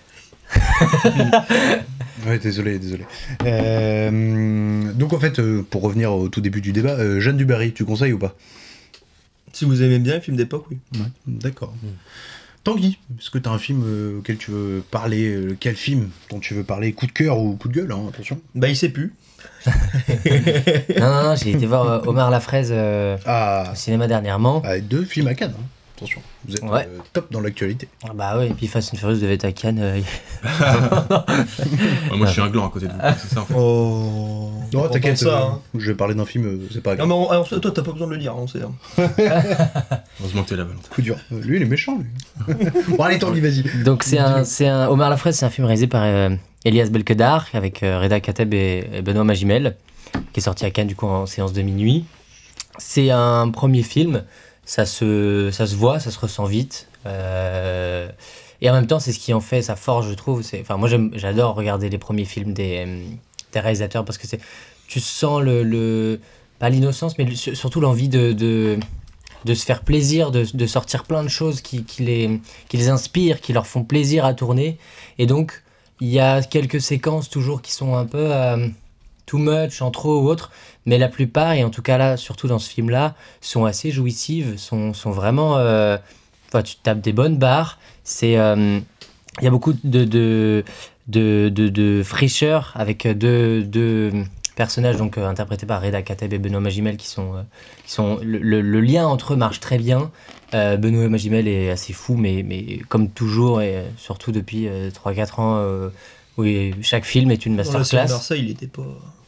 Ouais, désolé, désolé. Euh, donc en fait, euh, pour revenir au tout début du débat, euh, Jeanne Dubarry, tu conseilles ou pas?
Si vous aimez bien les films d'époque, oui.
Ouais, d'accord. Tanguy, est-ce que tu as un film euh, auquel tu veux parler euh, Quel film dont tu veux parler? Coup de cœur ou coup de gueule, hein, attention.
Bah, il sait plus.
Non, non, non, j'ai été voir euh, Omar Lafraise euh,
Ah,
au cinéma dernièrement.
ah, deux films à Cannes, hein. Attention, vous êtes
Ouais.
euh, top dans l'actualité.
Ah bah ouais, et puis Fast and Furious devait être à Cannes. euh,
Ouais, moi je suis un gland à côte de vous, c'est ça en fait.
Oh.
Non,
On
t'inquiète,
pense ça,
euh,
hein.
je vais parler d'un film, euh, c'est pas
Non,
grave.
mais on- alors, toi, t'as pas besoin de le dire, on sait. hein.
Heureusement que t'es là, Valentin.
Coup dur. Euh, Lui, il est méchant, lui. Bon, allez, Tanguy, vas-y.
Donc c'est un, c'est un Omar Lafraise, c'est un film réalisé par euh, Elias Belkedar avec euh, Reda Kateb et, et Benoît Magimel, qui est sorti à Cannes du coup en séance de minuit. C'est un premier film, ça se, ça se voit, ça se ressent vite. euh, et en même temps, c'est ce qui en fait sa force, je trouve. C'est, enfin, moi, j'aime, j'adore regarder les premiers films des, euh, des réalisateurs parce que c'est, tu sens le, le pas l'innocence, mais le- surtout l'envie de, de, de se faire plaisir, de, de sortir plein de choses qui, qui, les, qui les inspirent, qui leur font plaisir à tourner. Et donc, il y a quelques séquences toujours qui sont un peu euh, too much, en trop ou autre, mais la plupart, et en tout cas là, surtout dans ce film-là, sont assez jouissives, sont, sont vraiment... euh, enfin, tu tapes des bonnes barres, c'est... euh, il y a beaucoup de, de, de, de, de fraîcheur avec deux, deux, personnages donc euh, interprétés par Reda Kateb et Benoît Magimel qui sont, euh, qui sont le, le, le lien entre eux marche très bien. Euh, Benoît Magimel est assez fou, mais, mais comme toujours et surtout depuis euh, trois quatre ans, euh, oui, chaque film est une masterclass.
Dans Marseille, il était pas.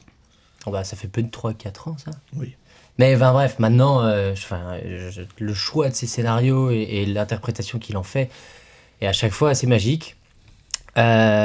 Oh bah, ça fait peu de trois quatre ans ça.
Oui.
Mais enfin, bref, maintenant, euh, je, je, le choix de ses scénarios et, et l'interprétation qu'il en fait est à chaque fois assez magique. Il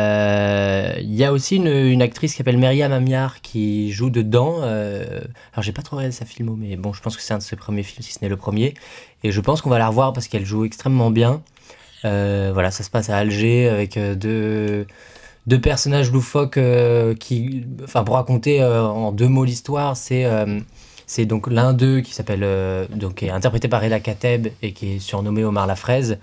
euh, y a aussi une, une actrice qui s'appelle Myriam Amiar qui joue dedans. Euh, alors, j'ai pas trop regardé sa filmo, mais bon, je pense que c'est un de ses premiers films, si ce n'est le premier. Et je pense qu'on va la revoir parce qu'elle joue extrêmement bien. Euh, voilà, ça se passe à Alger avec deux, deux personnages loufoques euh, qui. Enfin, pour raconter euh, en deux mots l'histoire, c'est. Euh, C'est donc l'un d'eux qui s'appelle euh, donc qui est interprété par Reda Kateb et qui est surnommé Omar la Fraise,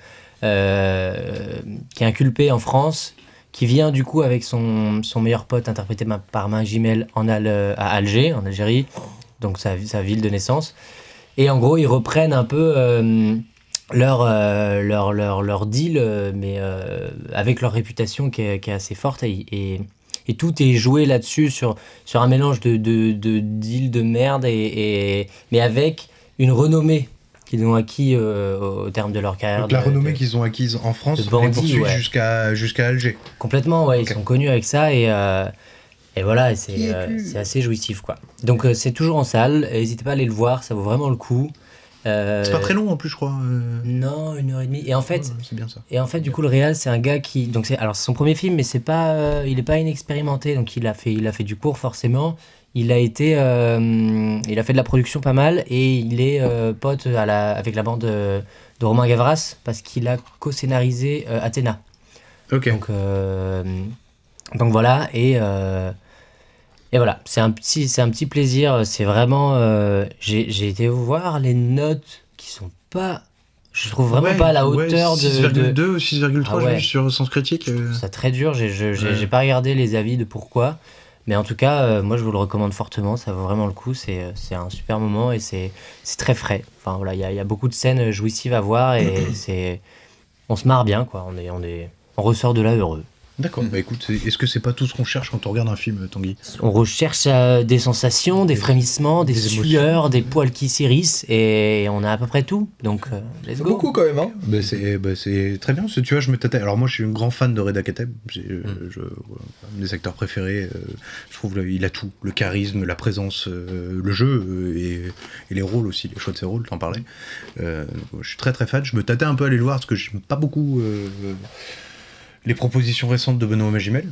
euh, qui est inculpé en France, qui vient du coup avec son, son meilleur pote interprété par Magimel en Al, à Alger, en Algérie, donc sa, sa ville de naissance. Et en gros, ils reprennent un peu euh, leur, euh, leur, leur, leur deal, euh, mais euh, avec leur réputation qui est, qui est assez forte. Et, et, et tout est joué là-dessus, sur, sur un mélange de, de, de deals de merde, et, et, mais avec une renommée qu'ils ont acquis euh, au terme de leur carrière.
Donc la
de,
renommée
de,
qu'ils ont acquise en France,
de bandits,
les poursuit
ouais.
jusqu'à, jusqu'à Alger.
Complètement, ouais,
Okay.
Ils sont connus avec ça, et, euh, et voilà, et c'est,
Qui est
euh,
plus-
c'est assez jouissif, quoi. Donc euh, c'est toujours en salle, n'hésitez pas à aller le voir, ça vaut vraiment le coup. Euh,
C'est pas très long en plus, je crois. euh.
Non, une heure et demie. Et en fait,
Ouais, c'est bien ça.
Et en fait, du coup, le réal, c'est un gars qui, donc c'est, alors c'est son premier film, mais c'est pas, euh, il est pas inexpérimenté, donc il a fait, il a fait du court forcément. Il a été, euh, il a fait de la production pas mal, et il est euh, pote à la, avec la bande de, de Romain Gavras parce qu'il a co-scénarisé euh, Athéna.
Ok.
Donc, euh, donc voilà, et euh, et voilà, c'est un petit, c'est un petit plaisir. C'est vraiment, euh, j'ai, j'ai été voir les notes qui sont pas, je trouve vraiment
Ouais,
pas à la
ouais,
hauteur de,
six
de,
virgule deux ou six virgule trois
Ah ouais.
j'ai vu sur Sens Critique.
je
euh.
trouve ça très dur. J'ai, je- j'ai,
Ouais.
j'ai pas regardé les avis de pourquoi, mais en tout cas, euh, moi je vous le recommande fortement. Ça vaut vraiment le coup. C'est, euh, c'est un super moment, et c'est, c'est très frais. Enfin voilà, il y a, il y a beaucoup de scènes jouissives à voir, et c'est, on se marre bien, quoi. On est, on est, on ressort de là heureux.
D'accord, bah écoute, c'est- est-ce que c'est pas tout ce qu'on cherche quand on regarde un film, Tanguy?
On recherche euh, des sensations, des
Des-
frémissements, des,
des
sueurs,
émotions.
des poils qui s'hérissent, et on a à peu près tout. Donc, euh, let's
C'est
go.
beaucoup quand même, hein.
Bah c'est, bah c'est très bien, parce que tu vois, je me tâtais. Alors moi, je suis un grand fan de Reda Kateb, j'ai, euh, je, ouais, un de mes acteurs préférés. euh, je trouve qu'il a tout, le charisme, la présence, euh, le jeu, euh, et, et les rôles aussi, les choix de ses rôles, t'en parlais. Euh, donc, je suis très très fan, je me tâtais un peu à aller le voir, parce que j'aime pas beaucoup euh, les propositions récentes de Benoît Magimel.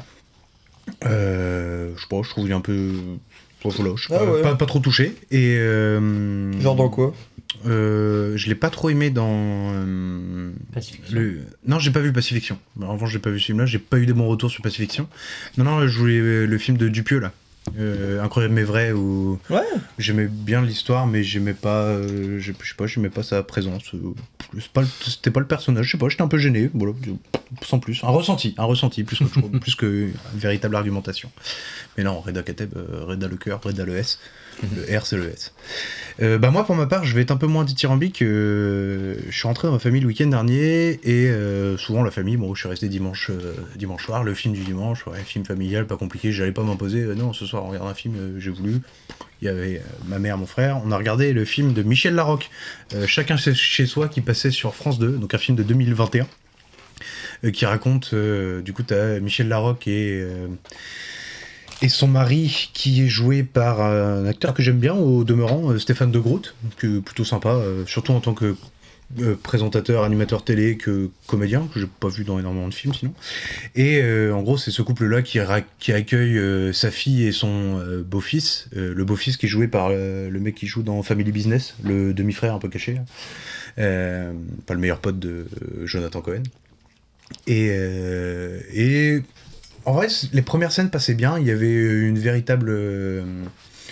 Euh, je sais pas, je trouve qu'il est un peu... Voilà, je suis
Ah
pas,
ouais.
pas, pas trop touché. Et, euh,
Genre dans quoi?
euh, Je l'ai pas trop aimé dans... euh,
Pacifiction.
le... Non, j'ai pas vu Pacifiction. En revanche, j'ai pas vu ce film-là, j'ai pas eu des bons retours sur Pacifiction. Non, non, je voulais euh, le film de Dupieux, là. Euh, Incroyable mais vrai, où
Ouais.
j'aimais bien l'histoire, mais j'aimais pas, euh, je je sais pas, j'aimais pas sa présence. euh, c'est pas le- C'était pas le personnage, je sais pas, j'étais un peu gêné, voilà, sans plus. Un ressenti, un ressenti, plus qu'autre chose, plus qu'une véritable argumentation. Mais non, Reda Kateb, euh, Reda le cœur, Reda le S. Le R, c'est le S. Euh, bah moi, pour ma part, je vais être un peu moins dithyrambique. Euh, je suis rentré dans ma famille le week-end dernier, et euh, souvent la famille, bon, je suis resté dimanche, euh, dimanche soir, le film du dimanche, ouais, film familial, pas compliqué, j'allais pas m'imposer, euh, non, ce soir on regarde un film, euh, j'ai voulu. Il y avait euh, ma mère, mon frère, on a regardé le film de Michel Larocque, euh, Chacun chez chez soi, qui passait sur France deux, donc un film de deux mille vingt et un, euh, qui raconte, euh, du coup, t'as Michel Larocque et... euh, et son mari, qui est joué par un acteur que j'aime bien au demeurant, euh, Stéphane de Groot, que plutôt sympa, euh, surtout en tant que euh, présentateur, animateur télé, que comédien, que j'ai pas vu dans énormément de films sinon. Et euh, en gros, c'est ce couple-là qui, ra- qui accueille euh, sa fille et son euh, beau-fils, euh, le beau-fils qui est joué par euh, le mec qui joue dans Family Business, le demi-frère un peu caché, là. Euh, pas le meilleur pote de euh, Jonathan Cohen. Et, euh, et en vrai, c- les premières scènes passaient bien. Il y avait une véritable, euh,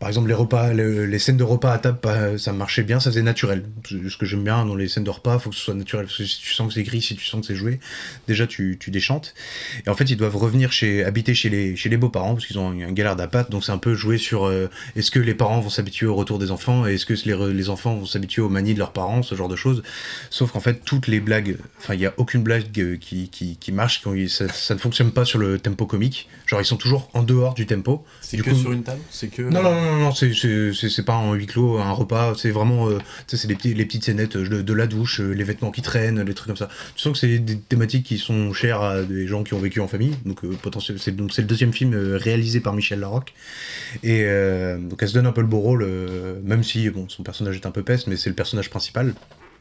Par exemple, les repas, le- les scènes de repas à table, pas- ça marchait bien, ça faisait naturel. Ce que j'aime bien dans les scènes de repas, faut que ce soit naturel. Parce que si tu sens que c'est écrit, si tu sens que c'est joué, déjà tu, tu déchantes. Et en fait, ils doivent revenir chez, habiter chez les, chez les beaux-parents, parce qu'ils ont une galère d'appât. Donc c'est un peu joué sur euh, est-ce que les parents vont s'habituer au retour des enfants, et est-ce que les, re- les enfants vont s'habituer aux manies de leurs parents, ce genre de choses. Sauf qu'en fait, toutes les blagues, enfin, il n'y a aucune blague euh, qui, qui, qui marche, quand il- ça, ça ne fonctionne pas sur le tempo comique. Genre, ils sont toujours en dehors du tempo.
C'est
Du
que
coup-
sur une table C'est que.
Non, non, non, non, non, c'est, c'est, c'est, c'est pas un huis clos, un repas, c'est vraiment, euh, tu sais, c'est les, petits, les petites scénettes de, de la douche, euh, les vêtements qui traînent, les trucs comme ça. Tu sens que c'est des thématiques qui sont chères à des gens qui ont vécu en famille, donc euh, potentiel, c'est, donc c'est le deuxième film euh, réalisé par Michel Larocque, et euh, donc elle se donne un peu le beau rôle, euh, même si, bon, son personnage est un peu peste, mais c'est le personnage principal.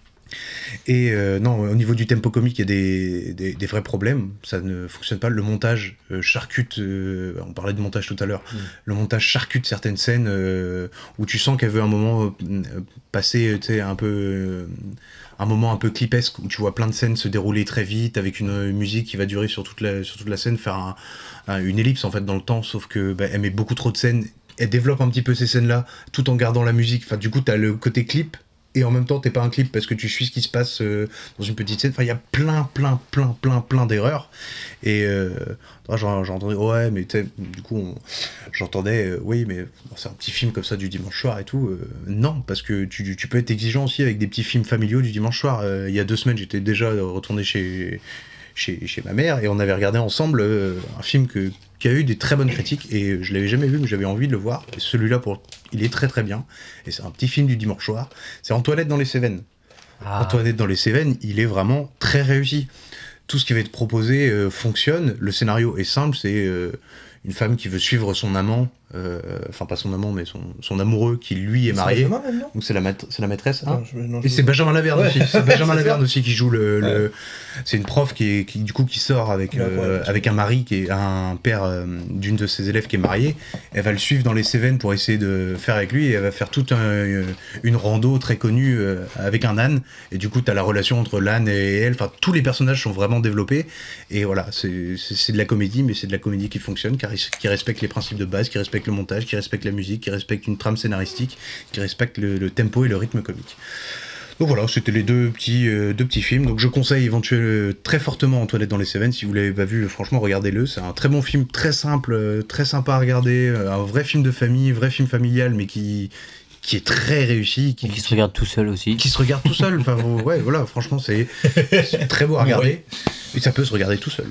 Et euh, non, au niveau du tempo comique, il y a des, des, des vrais problèmes. Ça ne fonctionne pas. Le montage euh, charcute. Euh, on parlait de montage tout à l'heure.
Mm.
Le montage charcute certaines scènes euh, où tu sens qu'elle veut un moment euh, passer, tu sais, un peu. Euh, un moment un peu clipesque où tu vois plein de scènes se dérouler très vite avec une musique qui va durer sur toute la, sur toute la scène, faire un, un, une ellipse en fait dans le temps. Sauf que bah, elle met beaucoup trop de scènes. Elle développe un petit peu ces scènes-là tout en gardant la musique. Enfin, du coup, t'as le côté clip. Et en même temps, t'es pas un clip parce que tu suis ce qui se passe euh, dans une petite scène. Enfin, il y a plein, plein, plein, plein, plein d'erreurs. Et euh, j'en- j'entendais, ouais, mais tu sais, du coup, on- j'entendais, euh, oui, mais bon, c'est un petit film comme ça du dimanche soir et tout. Euh, non, parce que tu, tu peux être exigeant aussi avec des petits films familiaux du dimanche soir. Euh, il y a deux semaines, j'étais déjà retourné chez, chez, chez ma mère et on avait regardé ensemble euh, un film que, qui a eu des très bonnes critiques et je l'avais jamais vu, mais j'avais envie de le voir. Et celui-là, pour, il est très très bien. Et c'est un petit film du dimanche soir. C'est Antoinette dans les Cévennes.
Ah.
Antoinette dans les Cévennes, il est vraiment très réussi. Tout ce qui va être proposé euh, fonctionne. Le scénario est simple, c'est euh, une femme qui veut suivre son amant, euh, enfin pas son amant, mais son, son amoureux qui lui est marié.
Benjamin, même, non
Donc c'est la, maître- c'est la maîtresse. hein.
Non, je- non, je-
Et c'est Benjamin Laverne
Ouais.
aussi. C'est Benjamin
C'est
Laverne
ça.
aussi qui joue le. le- C'est une prof qui, est, qui du coup qui sort avec
Ouais,
euh,
ouais,
avec un mari qui est un père euh, d'une de ses élèves qui est mariée. Elle va le suivre dans les Cévennes pour essayer de faire avec lui et elle va faire toute un- une rando très connue euh, avec un âne. Et du coup t'as la relation entre l'âne et elle. Enfin tous les personnages sont vraiment développés. Et voilà, c'est c'est- c'est de la comédie, mais c'est de la comédie qui fonctionne, qui, res- qui respecte les principes de base, qui respecte le montage, qui respecte la musique, qui respecte une trame scénaristique, qui respecte le, le tempo et le rythme comique. Donc voilà, c'était les deux petits, euh, deux petits films. Donc je conseille éventuellement très fortement Antoinette dans les Cévennes. Si vous l'avez pas vu, franchement, regardez-le. C'est un très bon film, très simple, euh, très sympa à regarder. euh, Un vrai film de famille, vrai film familial, mais qui, qui est très réussi. Qui,
Et qui se regarde tout seul aussi.
qui se regarde tout seul. Enfin, vous- ouais, voilà, franchement, c'est c'est très beau à regarder. Et ça peut se regarder tout seul.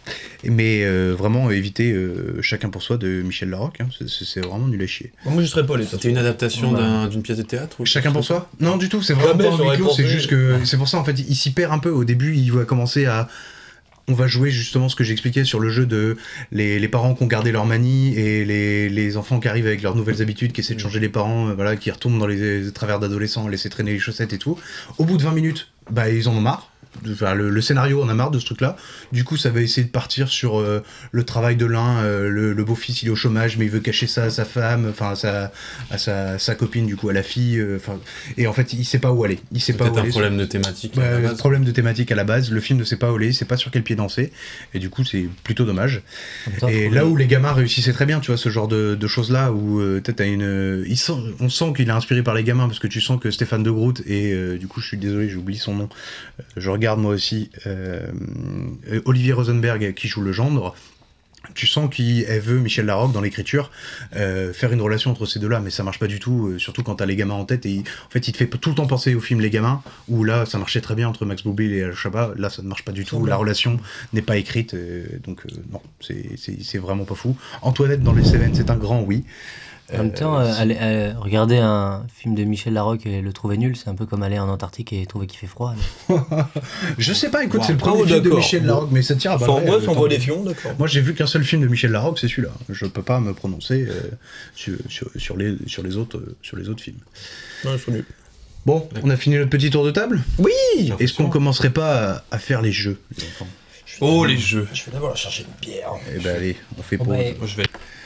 Mais euh, vraiment, éviter euh, Chacun pour soi de Michel Larocque. Hein, c'est- c'est c'est vraiment nul à chier.
Moi, je serais pas allé.
C'était une adaptation d'un- d'une pièce de théâtre ou
Chacun pour soi? Non, du tout, c'est vraiment
Jamais
pas un
j'aurais
huis clos, c'est
pensé.
juste que. C'est pour ça, en fait, il s'y perd un peu. Au début, il va commencer à. On va jouer justement ce que j'expliquais sur le jeu de les, les parents qui ont gardé leur manie et les, les enfants qui arrivent avec leurs nouvelles habitudes, qui essaient de changer les parents, euh, voilà, qui retombent dans les, les travers d'adolescents, laisser traîner les chaussettes et tout. Au bout de vingt minutes, bah, ils en ont marre. Enfin, le, le scénario en a marre de ce truc-là. Du coup, ça va essayer de partir sur euh, le travail de l'un. Euh, le, le beau-fils, il est au chômage, mais il veut cacher ça à sa femme, enfin à sa, à sa, sa copine, du coup, à la fille. euh, Enfin, et en fait, il sait pas où aller. Il sait pas
Peut-être
où
un
aller.
problème de thématique.
Ouais,
à la base.
problème de thématique à la base. Le film ne sait pas où aller, il sait pas sur quel pied danser. Et du coup, c'est plutôt dommage.
En même temps,
Et
faut-
là où les gamins réussissaient très bien, tu vois, ce genre de, de choses-là, où euh, peut-être t'as une, euh, il sent, on sent qu'il est inspiré par les gamins parce que tu sens que Stéphane de Groot et euh, du coup, je suis désolé, j'oublie son nom. Euh, je regarde moi aussi euh, euh, Olivier Rosenberg qui joue le gendre. Tu sens qu'elle veut, Michel Larocque, dans l'écriture, euh, faire une relation entre ces deux-là, mais ça marche pas du tout, euh, surtout quand t'as les gamins en tête. Et il- en fait, il te fait tout le temps penser au film Les Gamins, où là, ça marchait très bien entre Max Boublil et Al Chabat. Là, ça ne marche pas du tout. La relation n'est pas écrite, euh, donc euh, non, c'est- c'est c'est vraiment pas fou. Antoinette dans les Cévennes, c'est un grand oui.
En même temps, euh, aller- euh, regarder un film de Michel Larocque et le trouver nul, c'est un peu comme aller en Antarctique et trouver qu'il fait froid. mais-
Je sais pas, écoute,
Wow.
c'est le premier
Ah,
film de
d'accord.
Michel Larocque, mais ça tire à balles
Sans
réelles,
moi,
le
sans
temps.
voix des fions, d'accord.
Moi, j'ai vu qu'un seul film de Michel Larocque, c'est celui-là. Je peux pas me prononcer euh, sur, sur, sur les, sur, les autres, euh, sur les autres films.
Non, ils sont nuls.
Bon, on a fini notre petit tour de table.
Oui.
Est-ce qu'on commencerait pas à, à faire les jeux, les enfants?
Oh, les jeux.
Je vais d'abord chercher une bière.
Eh ben allez, on fait
Oh,
pause.
ouais.
Moi, je vais.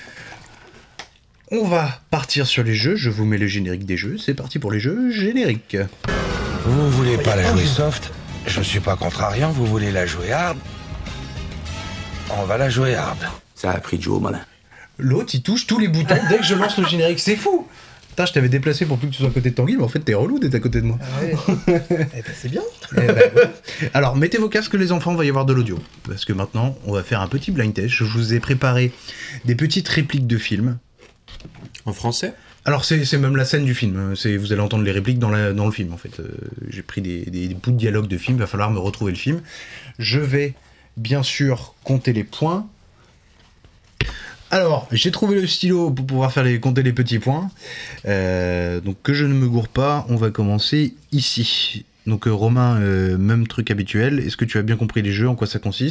On va partir sur les jeux, je vous mets le générique des jeux, c'est parti pour les jeux génériques.
Vous voulez pas la jouer soft? Je suis pas contrariant, vous voulez la jouer hard? On va la jouer hard.
Ça a pris de jouer au malin.
L'autre, il touche tous les boutons dès que je lance le générique. C'est fou. Putain, je t'avais déplacé pour plus que tu sois à côté de Tanguy, mais en fait, t'es relou d'être à côté de moi.
Ah ouais. Eh ben, c'est bien.
Eh ben, ouais. Alors, mettez vos casques, les enfants, il va y avoir de l'audio. Parce que maintenant, on va faire un petit blind test. Je vous ai préparé des petites répliques de films.
En français ?
Alors, c'est, c'est même la scène du film. C'est, vous allez entendre les répliques dans, la, dans le film, en fait. Euh, j'ai pris des, des, des bouts de dialogue de film, il va falloir me retrouver le film. Je vais, bien sûr, compter les points. Alors, j'ai trouvé le stylo pour pouvoir faire les, compter les petits points. Euh, donc, que je ne me gourre pas, on va commencer ici. Donc, euh, Romain, euh, même truc habituel. Est-ce que tu as bien compris les jeux, en quoi ça consiste ?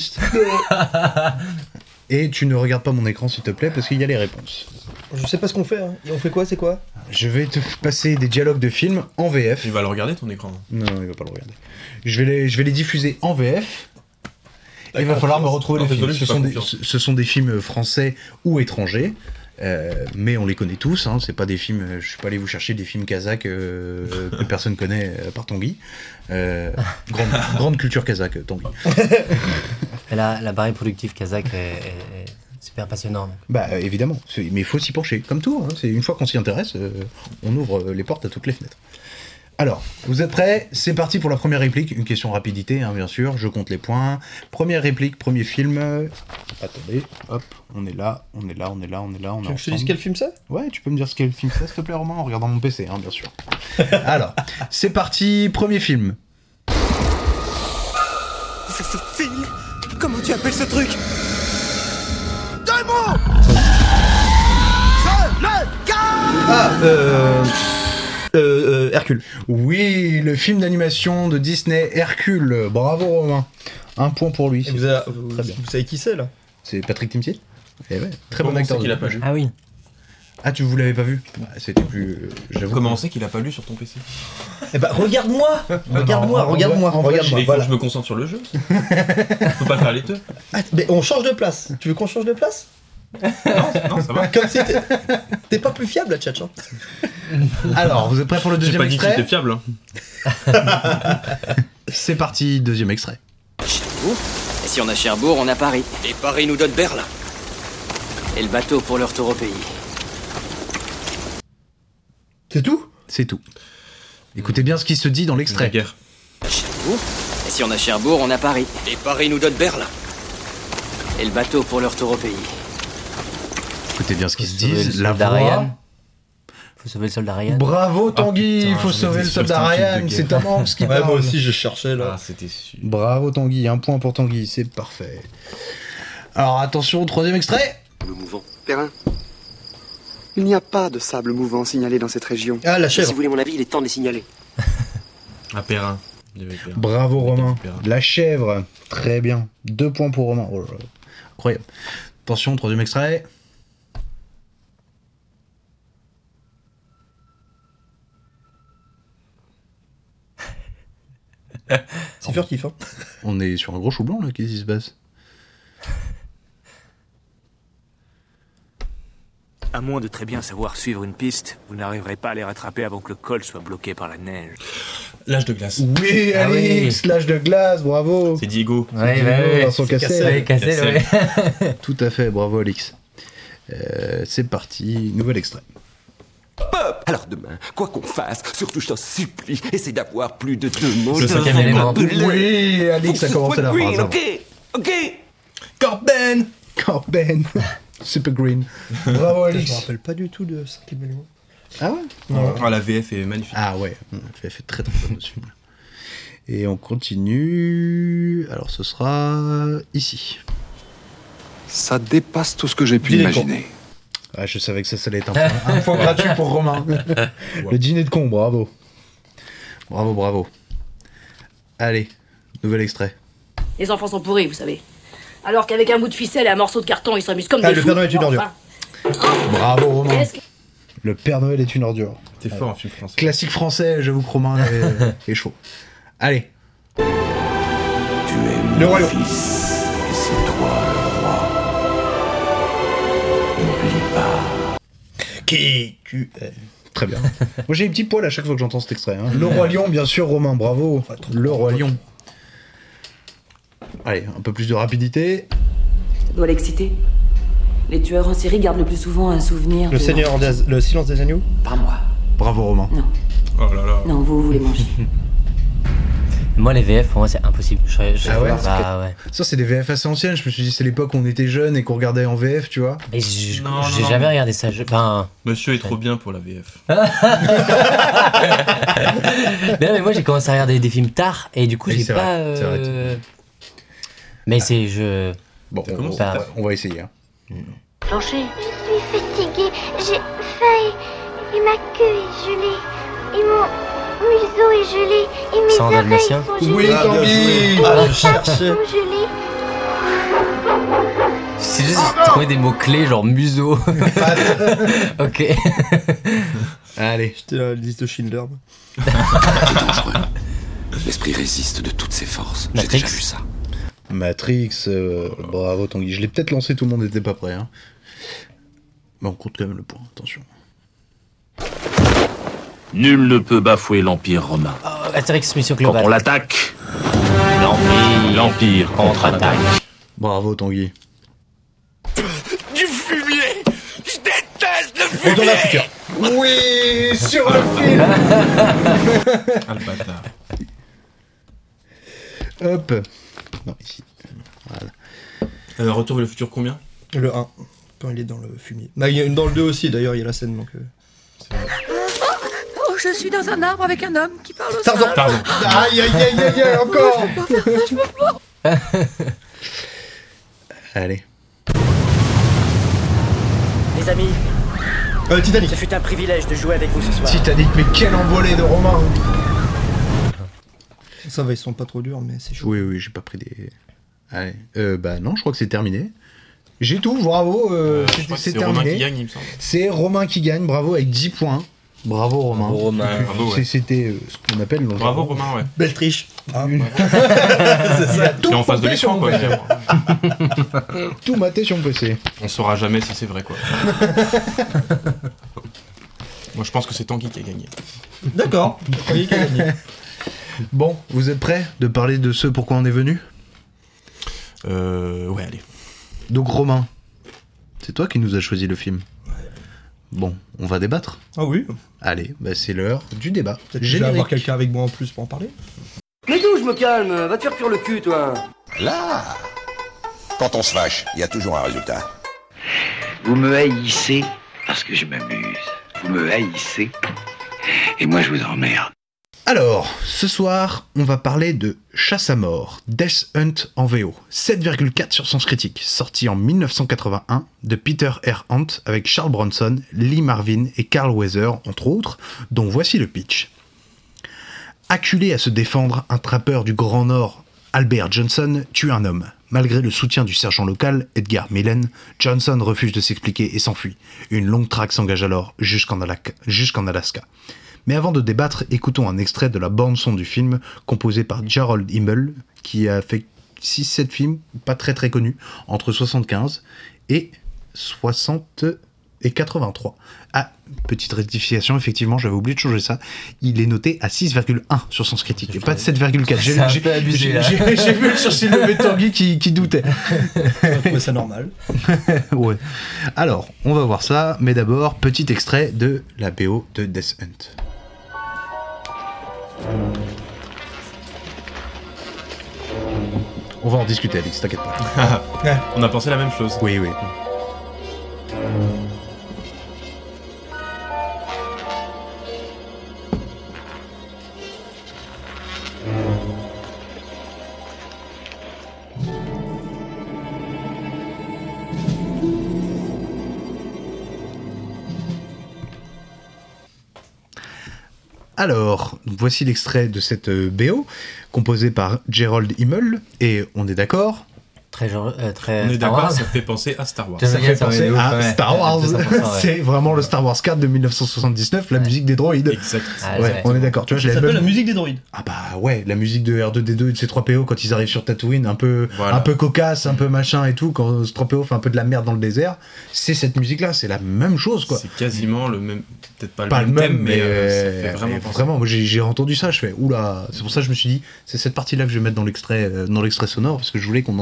Et tu ne regardes pas mon écran, s'il te plaît, parce qu'il y a les réponses.
Je sais pas ce qu'on fait. Hein. Et on fait quoi, c'est quoi ?
Je vais te passer des dialogues de films en V F.
Il va le regarder, ton écran ?
Non, non, il va pas le regarder. Je vais les, je vais les diffuser en V F. Et il va falloir me retrouver
non,
les films.
désolé,
Ce sont, des, ce, ce sont des films français ou étrangers, euh, mais on les connaît tous. Hein, c'est pas des films. Je suis pas allé vous chercher des films kazakhs euh, que personne connaît euh, par Tanguy. Euh, grande, grande culture kazakh, Tanguy.
Et là, l'appareil productif kazakh est, est- est super passionnant.
Bah euh, évidemment, c'est- mais il faut s'y pencher. Comme tout, hein, c'est une fois qu'on s'y intéresse, euh, on ouvre les portes à toutes les fenêtres. Alors, vous êtes prêts ? C'est parti pour la première réplique. Une question rapidité, hein, bien sûr. Je compte les points. Première réplique, premier film. Euh, Attendez, hop, on est là, on est là, on est là, on est là, on est
Tu veux que je te
ensemble.
dise quel film c'est ?
Ouais, tu peux me dire ce qu'est le film ça, s'il te plaît, Romain, en regardant mon P C, hein, bien sûr. Alors, c'est parti, premier film.
C'est ce film. Comment tu appelles ce truc? Deux mots. Je le garde.
Ah, euh... Euh, euh, Hercule.
Oui, le film d'animation de Disney, Hercule. Bravo, Romain. Un point pour lui.
Et vous, avez- vous,
Très bien.
vous savez qui c'est là ?
C'est Patrick Timsit. Eh ouais, très bon
Comment
acteur.
c'est qu'il
de
a pas
doublage.
lu ?
Ah oui.
Ah, tu vous l'avez pas vu? Bah, c'était plus. euh, j'avoue.
Comment on sait qu'il a pas lu sur ton P C ?
Eh bah, regarde-moi Regarde-moi,
non,
regarde-moi,
en vrai,
regarde-moi,
Il faut que
voilà.
je me concentre sur le jeu. Je peux pas faire les deux.
Ah, mais on change de place. Tu veux qu'on change de place ?
Non, non, ça va.
Comme si t'es... T'es pas plus fiable, la tchatcha.
Alors, vous êtes prêts pour le
J'ai
deuxième
pas dit que
extrait?
j'étais fiable. Hein.
C'est parti, deuxième extrait.
Cherbourg. Et si on a Cherbourg, on a Paris. Et Paris nous donne Berlin. Et le bateau pour le retour au pays.
C'est tout ?
C'est tout. Écoutez bien ce qui se dit dans
La
l'extrait.
guerre.
Cherbourg. Et si on a Cherbourg, on a Paris. Et Paris nous donne Berlin. Et le bateau pour le retour au pays.
Écoutez bien ce qui se
Sauver le
dit. La
soldat
voix.
Ryan. Faut sauver le soldat Ryan.
Bravo Tanguy,
putain,
il faut
j'en
sauver
étais
le
sûr que
soldat
c'était un film
Ryan,
de
c'est
guerre.
Tom Hanks qui
Ouais,
parle.
moi aussi, je cherchais là.
Ah, c'était sûr.
Bravo Tanguy, un point pour Tanguy, c'est parfait. Alors attention, troisième extrait.
Nous mouvons. Perrin. Il n'y a pas de sable mouvant signalé dans cette région.
Ah, la
Si
chèvre.
vous voulez mon avis, il est temps de les signaler.
Ah, Perrin. Il y avait Perrin.
Bravo Romain.
Perrin.
La chèvre, très bien. Deux points pour Romain. Oh là là. Incroyable. Attention, troisième extrait.
C'est furtif, hein.
On est sur un gros chou blanc là, qu'est-ce qui se passe?
À moins de très bien savoir suivre une piste, vous n'arriverez pas à les rattraper avant que le col soit bloqué par la neige.
L'âge de glace.
Oui,
Ah
Alex,
oui.
l'âge de glace, bravo.
C'est Diego.
Ouais,
Diego,
ouais, ouais.
Vincent
C'est
Cassel.
Cassel.
Ouais, Cassel,
Cassel.
ouais.
Tout à fait, bravo Alex. Euh, c'est parti, nouvel extrait.
Alors demain, quoi qu'on fasse, surtout je t'en supplie, essaie d'avoir plus de deux mots.
Le
devant
cinquième
ma
élément.
belette.
Oui, Alex
Faut
a
que
commencé
ce
la
soit
phrase.
green,
avant.
ok, ok.
Corben.
Corben. Super Green. Bravo
Je me
Alex.
rappelle pas du tout de cinquième élément.
Ah ouais?
Non.
Ah, la V F est magnifique.
Ah ouais, on fait, fait très très bien dessus. Et on continue. Alors ce sera ici.
Ça dépasse tout ce que j'ai pu
Dîner de
imaginer.
Ah, je savais que ça, ça allait être un point, un point gratuit pour Romain. Le dîner de con, bravo. Bravo, bravo. Allez, nouvel extrait.
Les enfants sont pourris, vous savez. Alors qu'avec un bout de ficelle et un morceau de carton, ils s'amusent comme
Ah,
des
le
fous.
Père Noël est une ordure.
Bravo Romain.
Qu'est-ce que-
Le Père Noël est une ordure.
T'es fort en film français.
Classique français, j'avoue que Romain est, est chaud. Allez.
Tu es
Le
mon
roi lion.
fils, et c'est toi le roi. N'oublie pas.
Qui tu es?
Très bien. Moi j'ai des petits poils à chaque fois que j'entends cet extrait. hein. Le Roi Lion, bien sûr, Romain, bravo. Le Roi Lion. Allez, un peu plus de rapidité.
Ça doit l'exciter.
Les tueurs en série gardent le plus souvent un souvenir.
Le
de-
Seigneur des... Le silence des agneaux.
Pas moi.
Bravo Romain.
Non.
Oh là là.
Non, vous, vous les mangez.
Moi, les V F, pour moi, c'est impossible. Je, serais- je,
Ah ouais,
bah,
parce que-
ouais.
Ça c'est des V F assez anciennes, je me suis dit c'est l'époque où on était jeunes et qu'on regardait en V F, tu vois.
Et je-
Non, non,
j'ai
non.
jamais regardé ça. Je- Enfin,
Monsieur est trop bien pour la V F.
mais non, mais moi, j'ai commencé à regarder des films tard et du coup,
Oui,
j'ai
c'est
pas.
vrai, c'est vrai.
euh, Mais c'est je.
Bon, on,
commencé
on-
par-
on va essayer. Hein.
Plancher.
Je suis fatiguée, j'ai faim et, et ma queue est gelée, et mon museau est gelé, et mes
Sans
oreilles
dalmatien.
sont gelées,
Oui,
Ah, bien
Tanguy.
joué.
et
Ah,
mes
je
pattes
cherchais.
sont gelées.
C'est juste trouver des mots clés genre museau. Ok.
Allez.
J'étais la liste de Schindler. moi.
C'est dangereux. L'esprit résiste de toutes ses forces. J'ai
Matrix.
déjà vu ça.
Matrix, euh, bravo Tanguy. Je l'ai peut-être lancé, tout le monde n'était pas prêt. Hein. Mais on compte quand même le point, attention.
Nul ne peut bafouer l'Empire romain.
Oh, Astérix Mission
Quand
Globale.
on l'attaque, l'Empire, l'Empire contre-attaque.
Bravo Tanguy.
Du fumier. Je déteste le
Et dans la
fumier.
future.
Oui, sur le film.
Ah le bâtard.
Hop. Non, ici. Voilà.
Euh, Retour vers le futur combien?
Le un, quand il est dans le fumier. Bah, il y a une dans le deux aussi, d'ailleurs, il y a la scène. Donc, euh...
Oh, je suis dans un arbre avec un homme qui parle au
Tarzan.
singe.
Pardon.
Aïe, aïe, aïe, aïe, aïe, encore.
Je peux pas faire ça, je peux pas.
Allez.
Les amis,
Euh, Titanic.
ce fut un privilège de jouer avec vous ce soir.
Titanic, mais quel envolé de Romain.
Ça va, ils sont pas trop durs, mais c'est chaud.
Oui, oui, j'ai pas pris des... Allez. Euh, bah non, je crois que c'est terminé. J'ai tout, bravo, euh,
Euh, je
c'est
crois que
c'est
c'est Romain
terminé.
qui gagne, il me semble.
C'est Romain qui gagne, bravo, avec dix points. Bravo Romain.
Bravo, Romain.
Bravo, ouais.
C'est- C'était euh, ce qu'on appelle... le
Bravo
genre-
Romain, ouais.
Belle triche. Ah,
Une-
c'est ça.
Tout
Qui est en face de
pompé sur
l'écran,
mon
quoi.
P C. Tout maté sur mon P C.
On saura jamais si c'est vrai, quoi. Moi, je pense que c'est Tanguy qui a gagné.
D'accord. Oui, qui a gagné.
Bon, vous êtes prêts de parler de ce pourquoi on est venu?
Euh... Ouais, allez.
Donc Romain, c'est toi qui nous as choisi le film. Bon, on va débattre.
Ah oui.
Allez, bah c'est l'heure du débat.
Peut-être que je vais avoir quelqu'un avec moi en plus pour en parler.
Mais d'où je me calme? Va te faire cuire le cul, toi.
Là, quand on se fâche, il y a toujours un résultat.
Vous me haïssez parce que je m'amuse. Vous me haïssez et moi je vous emmerde.
Alors, ce soir, on va parler de Chasse à mort, Death Hunt en V O, sept virgule quatre sur Sens Critique, sorti en mille neuf cent quatre-vingt-un, de Peter R. Hunt, avec Charles Bronson, Lee Marvin et Carl Weathers, entre autres, dont voici le pitch. Acculé à se défendre, un trappeur du Grand Nord, Albert Johnson, tue un homme. Malgré le soutien du sergent local, Edgar Millen, Johnson refuse de s'expliquer et s'enfuit. Une longue traque s'engage alors jusqu'en Ala- jusqu'en Alaska. Mais avant de débattre, écoutons un extrait de la bande-son du film, composé par Gerald Himmel, qui a fait six sept films, pas très très connus, entre soixante-quinze et soixante et quatre-vingt-trois. Ah, petite rectification, effectivement, j'avais oublié de changer ça. Il est noté à six virgule un sur Sens Critique, et pas de sept virgule quatre. J'ai,
C'est un
j'ai-
peu abusé,
j'ai-
là.
j'ai- j'ai vu le sourcil levé de Tanguy qui, qui doutait.
Je trouvais ça normal.
Ouais. Alors, on va voir ça, mais d'abord, petit extrait de la B O de Death Hunt. On va en discuter, Alex, t'inquiète pas.
On a pensé la même chose.
Oui, oui. Alors, voici l'extrait de cette euh, B O, composée par Gerald Himmel, et on est d'accord?
Très, genre, euh, très
On est
Star
d'accord,
Wars.
ça fait penser à Star Wars.
Ça
Ça fait penser
ouf,
à
ouais.
Star Wars.
deux cents pour cent, ouais.
C'est vraiment le Star Wars quatre de mille neuf cent soixante-dix-neuf, la musique des droïdes.
Exact.
Ah,
Ouais,
ouais.
on est d'accord. Tu vois, je
Ça
l'avais
s'appelle
même-
la musique des droïdes.
Ah bah ouais, la musique de R deux D deux et de C trois P O quand ils arrivent sur Tatooine, un peu,
Voilà.
un peu cocasse, un peu machin et tout, quand C trois P O fait un peu de la merde dans le désert, c'est cette musique-là, c'est la même chose quoi.
C'est quasiment le même, peut-être pas le
Pas
même,
le même,
thème, mais,
mais,
euh, ça
euh,
fait vraiment
mais
penser.
vraiment, moi j'ai j'ai entendu ça, je fais oula, c'est pour ça que je me suis dit, c'est cette partie-là que je vais mettre dans l'extrait, euh, dans l'extrait sonore parce que je voulais qu'on en discute.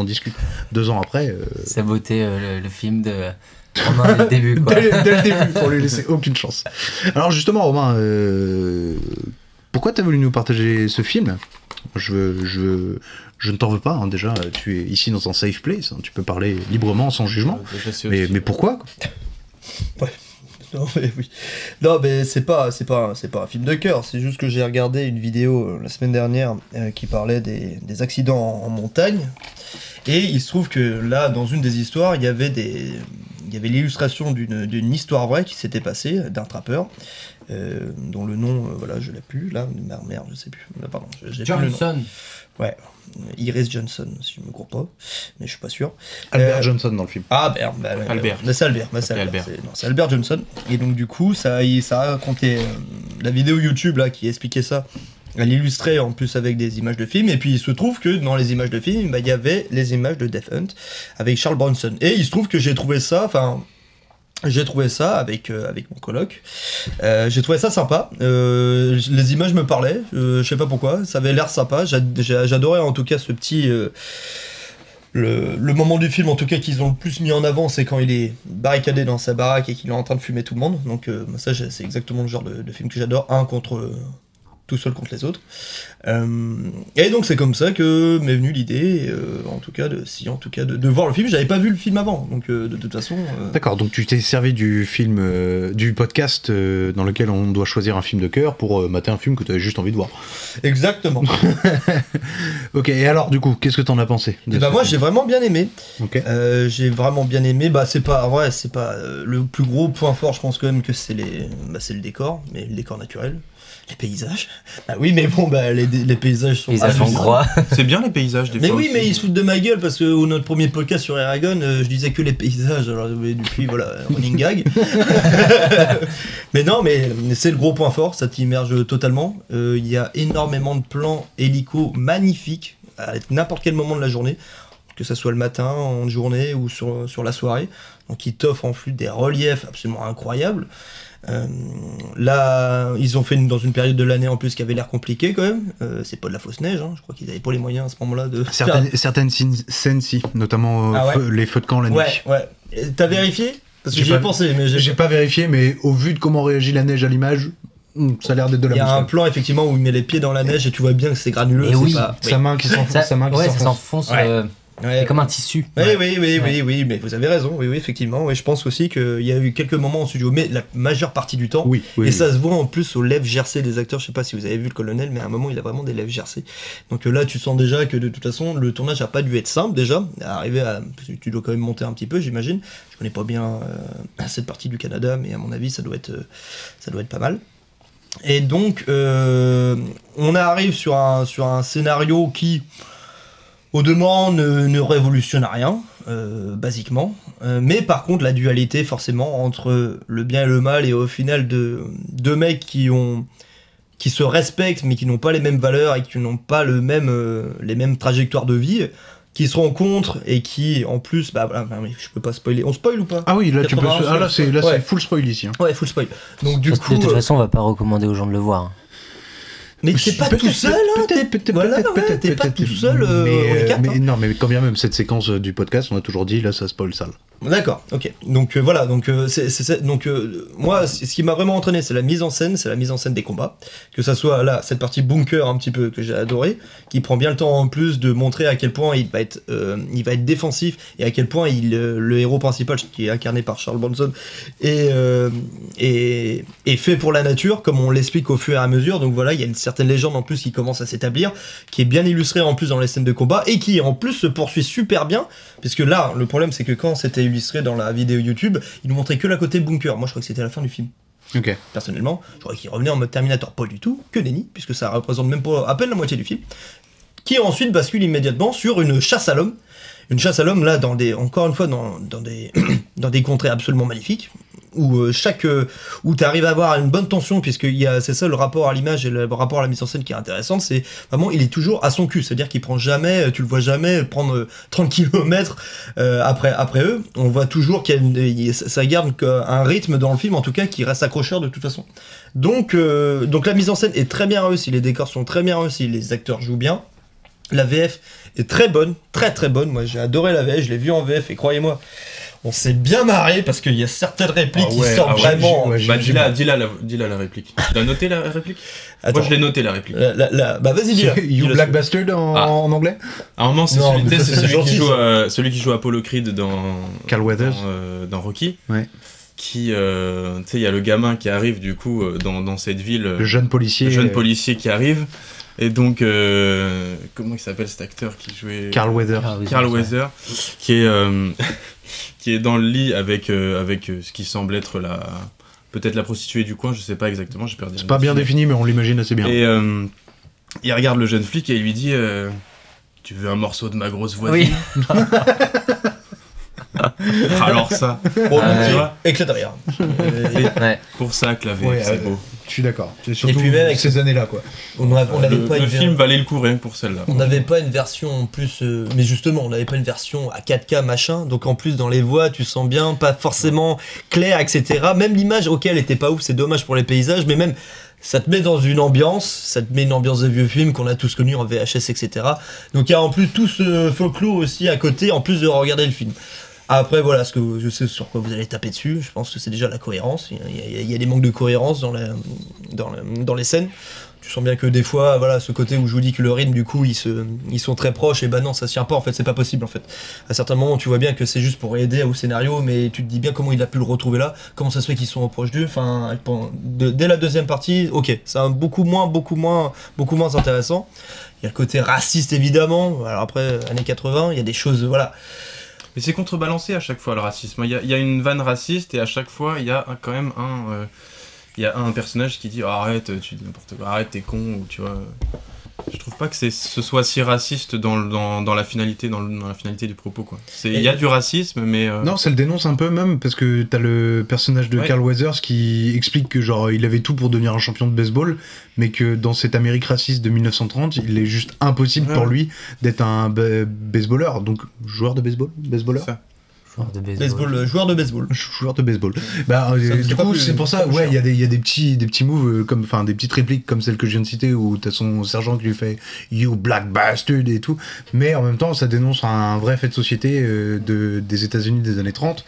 deux ans après. Euh...
Saboter euh, le, le film de Romain dès le début, quoi.
dès, dès le début, pour lui laisser aucune chance. Alors justement, Romain, euh, pourquoi t'as voulu nous partager ce film ? Je, je, je ne t'en veux pas, hein, déjà, tu es ici dans un safe place, hein, tu peux parler librement, sans jugement. Euh, mais, mais pourquoi ?
Ouais. Non mais oui. Non mais c'est pas c'est pas c'est pas un film de cœur, c'est juste que j'ai regardé une vidéo euh, la semaine dernière euh, qui parlait des, des accidents en, en montagne et il se trouve que là dans une des histoires, il y avait des il y avait l'illustration d'une d'une histoire vraie qui s'était passée d'un trappeur euh, dont le nom euh, voilà, je l'ai plus là, merde, merde, je sais plus. Là, pardon, j'ai plus le nom.
Johnson.
Ouais, Iris Johnson, si je me gourre pas, mais je suis pas sûr.
Albert
euh,
Johnson dans le film.
Ah, ben, ben,
Albert.
Ben, c'est Albert, ben, c'est
okay,
Albert.
Albert.
C'est, non, c'est Albert Johnson. Et donc du coup, ça, ça a raconté euh, la vidéo YouTube là qui expliquait ça. Elle illustrait en plus avec des images de films. Et puis il se trouve que dans les images de films, bah, il y avait les images de Death Hunt avec Charles Bronson. Et il se trouve que j'ai trouvé ça, enfin. J'ai trouvé ça avec, euh, avec mon coloc. Euh, j'ai trouvé ça sympa. Euh, les images me parlaient. Euh, je sais pas pourquoi. Ça avait l'air sympa. J'ad- j'adorais en tout cas ce petit. Euh, le, le moment du film en tout cas qu'ils ont le plus mis en avant, c'est quand il est barricadé dans sa baraque et qu'il est en train de fumer tout le monde. Donc euh, ça, c'est exactement le genre de, de film que j'adore. Un contre. Euh, tout seul contre les autres. Euh, et donc c'est comme ça que m'est venue l'idée, euh, en tout cas, de, si, en tout cas de, de voir le film. J'avais pas vu le film avant, donc euh, de, de toute façon... Euh...
D'accord, donc tu t'es servi du film, euh, du podcast euh, dans lequel on doit choisir un film de cœur pour euh, mater un film que tu avais juste envie de voir.
Exactement.
Ok, et alors du coup, qu'est-ce que t'en as pensé ?
Et bah moi
film
j'ai vraiment bien aimé.
Okay.
Euh, j'ai vraiment bien aimé. Bah c'est pas vrai, c'est pas euh, le plus gros point fort. Je pense quand même que c'est les, bah, c'est le décor, mais le décor naturel. Les paysages. Ah oui, mais bon, bah les, les paysages sont.
Paysages hongrois.
C'est bien les paysages des
mais
fois.
oui,
aussi.
mais ils se foutent de ma gueule parce que au notre premier podcast sur Eragon, euh, je disais que les paysages. Alors depuis, voilà, running gag. Mais non, mais c'est le gros point fort. Ça t'immerge totalement. Il euh, y a énormément de plans hélico magnifiques à n'importe quel moment de la journée, que ça soit le matin, en journée ou sur sur la soirée. Donc ils t'offrent en plus des reliefs absolument incroyables. Euh, là, ils ont fait une, dans une période de l'année en plus qui avait l'air compliquée quand même. Euh, c'est pas de la fausse neige, hein. Je crois qu'ils avaient pas les moyens à ce moment-là de.
Certaines, faire... certaines scènes, si, notamment euh,
ah ouais.
feu, les feux de camp la nuit.
Ouais, ouais. Et t'as vérifié ? Parce que j'y ai pensé, mais j'ai...
j'ai pas vérifié, mais au vu de comment réagit la neige à l'image, ça a l'air d'être de la.
Il y a
moustache.
un plan effectivement où il met les pieds dans la neige et tu vois bien que c'est granuleux.
Et
c'est
oui,
pas...
sa main qui s'enfonce.
Ça,
sa main qui
ouais,
s'enfonce.
ça s'enfonce.
Ouais.
Euh...
Ouais.
C'est comme un tissu.
Oui,
ouais.
oui, oui,
ouais.
oui, oui, mais vous avez raison, oui, oui, effectivement. Et je pense aussi qu'il y a eu quelques moments en studio, mais la majeure partie du temps.
Oui, oui,
et
oui.
ça se voit en plus aux lèvres gercées des acteurs. Je sais pas si vous avez vu le colonel, mais à un moment, il a vraiment des lèvres gercées. Donc là, tu sens déjà que de toute façon, le tournage a pas dû être simple déjà. Arriver à. Tu dois quand même monter un petit peu, j'imagine. Je connais pas bien euh, cette partie du Canada, mais à mon avis, ça doit être, euh, ça doit être pas mal. Et donc, euh, on arrive sur un, sur un scénario qui. Au demeurant, ne, ne révolutionne rien, euh, basiquement. Euh, mais par contre, la dualité, forcément, entre le bien et le mal, et au final, de, deux mecs qui ont, qui se respectent, mais qui n'ont pas les mêmes valeurs et qui n'ont pas le même, euh, les mêmes trajectoires de vie, qui se rencontrent et qui, en plus, bah voilà, je peux pas spoiler. On spoil ou pas ?
Ah oui, là tu peux. Ah là c'est là
ouais.
c'est full spoil ici. Hein.
Ouais, full spoil. Donc du
Parce
coup.
De toute
euh...
façon, on va pas recommander aux gens de le voir.
Mais t'es pas tout seul, hein, t'es
peut-être,
voilà,
peut-être,
ouais,
peut-être,
t'es pas
peut-être,
tout seul, euh,
mais,
on est quatre,
mais
hein.
non, mais quand bien même cette séquence du podcast, on a toujours dit là ça spoil sale.
D'accord, ok. Donc euh, voilà, donc euh, c'est, c'est, c'est donc euh, moi, ce qui m'a vraiment entraîné, c'est la mise en scène, c'est la mise en scène des combats, que ça soit là cette partie bunker un petit peu que j'ai adoré, qui prend bien le temps en plus de montrer à quel point il va être, euh, il va être défensif et à quel point il, euh, le héros principal qui est incarné par Charles Bronson est, euh, est, est fait pour la nature, comme on l'explique au fur et à mesure. Donc voilà, il y a une certaine légende en plus qui commence à s'établir, qui est bien illustrée en plus dans les scènes de combat et qui en plus se poursuit super bien, puisque là le problème c'est que quand c'était illustré dans la vidéo YouTube, il nous montrait que la côté bunker. Moi je crois que c'était à la fin du film.
Ok.
Personnellement, je crois qu'il revenait en mode Terminator, pas du tout, que nenni, puisque ça représente même pas à peine la moitié du film, qui ensuite bascule immédiatement sur une chasse à l'homme. Une chasse à l'homme là dans des, encore une fois dans, dans des dans des contrées absolument magnifiques, où euh, chaque euh, où tu arrives à avoir une bonne tension, puisque il y a c'est ça le rapport à l'image et le rapport à la mise en scène qui est intéressant, c'est vraiment il est toujours à son cul, c'est-à-dire qu'il prend jamais, tu le vois jamais prendre euh, trente kilomètres euh, après après eux. On voit toujours qu'il y a une, il, ça garde un rythme dans le film en tout cas qui reste accrocheur de toute façon. Donc euh, donc la mise en scène est très bien réussie, les décors sont très bien réussis, les acteurs jouent bien. La V F est très bonne, très très bonne. Moi, j'ai adoré la V F, je l'ai vue en V F et croyez-moi, on s'est bien marré parce qu'il y a certaines répliques
Ah ouais,
qui sortent
ah ouais,
vraiment.
j'ai- ouais, bah, dis-la, dis-la, la, dis-la la réplique. Tu l'as noté la réplique?
Attends.
Moi je l'ai noté la réplique.
La- la- la- Bah vas-y, dis-la.
You
Dis-la.
Black Bastard en,
Ah.
en anglais
À un moment, c'est
Non,
celui,
mais
tu sais,
ça,
c'est
c'est
celui,
gentil,
qui joue,
ça.
euh, celui qui joue Apollo Creed dans
Carl Weathers.
dans, euh, dans Rocky.
Ouais.
Qui, euh, tu sais, il y a le gamin qui arrive du coup euh, dans, dans cette ville. euh,
Le jeune policier.
Le jeune
euh,
policier qui arrive. Et donc, euh, comment il s'appelle cet acteur qui jouait
Carl Weathers.
Ah oui,
Carl
c'est
Weathers, qui est euh, qui est dans le lit avec euh, avec euh, ce qui semble être la peut-être la prostituée du coin, je sais pas exactement, j'ai perdu.
C'est pas bien défini, mais on l'imagine assez bien.
Et euh, il regarde le jeune flic et il lui dit euh, tu veux un morceau de ma grosse voisine?
Oui.
Alors ça,
Bon,
ah,
donc,
tu vois,
éclate à rire.
c'est
Ouais.
pour ça que la V F
Ouais,
c'est
euh,
beau.
Je suis d'accord. C'est surtout
puis même avec
ces années-là, quoi.
On n'avait on n'avait
Le,
pas
le
une ver-
film valait le coup rien que pour celle-là.
On n'avait pas une version en plus, euh, mais justement, on n'avait pas une version à quatre K machin, donc en plus dans les voix, tu sens bien, pas forcément clair, et cetera. Même l'image, ok, elle était pas ouf, c'est dommage pour les paysages, mais même ça te met dans une ambiance, ça te met une ambiance de vieux film qu'on a tous connu en V H S, et cetera. Donc il y a en plus tout ce folklore aussi à côté, en plus de regarder le film. Après, voilà, ce que je sais sur quoi vous allez taper dessus, je pense que c'est déjà la cohérence. Il y a, il y a- il y a des manques de cohérence dans, la, dans, la- dans les scènes. Tu sens bien que des fois, voilà, ce côté où je vous dis que le rythme, du coup, ils, se, ils sont très proches, et bah non, ça se tient pas, en fait, c'est pas possible, en fait. À certains moments, tu vois bien que c'est juste pour aider au scénario, mais tu te dis bien comment il a pu le retrouver là, comment ça se fait qu'ils sont proches d'eux, enfin, pendant- de- dès la deuxième partie, ok, c'est un beaucoup moins, beaucoup moins, beaucoup moins intéressant. Il y a le côté raciste, évidemment, alors après, années quatre-vingts, il y a des choses, voilà.
Mais c'est contrebalancé à chaque fois le racisme. Il y a, il y a une vanne raciste et à chaque fois il y a un- quand même un, euh, il y a un personnage qui dit oh, arrête, tu dis n'importe quoi, arrête, t'es con, ou tu vois. Je trouve pas que c'est, ce soit si raciste dans, le- dans, dans la finalité, dans, le- dans la finalité du propos quoi. C'est, il y a du racisme, mais euh,
Non, ça le dénonce un peu même, parce que t'as le personnage de
Ouais.
Carl Weathers qui explique que genre il avait tout pour devenir un champion de baseball, mais que dans cette Amérique raciste de mille neuf cent trente, il est juste impossible
Ouais.
pour lui d'être un ba- baseballeur, donc joueur de baseball, baseballeur.
Ça.
Joueur de baseball.
Baseball, euh, joueur de baseball.
Joueur de baseball. Bah, euh,
Ça, c'est
du
pas
coup,
plus-
c'est pour ça,
pas plus
ouais,
cher.
il y a des, il y a des petits, des petits moves, euh, comme, enfin, des petites répliques comme celle que je viens de citer, où t'as son sergent qui lui fait You black bastard et tout. Mais en même temps, ça dénonce un vrai fait de société euh, de, des États-Unis des années trente.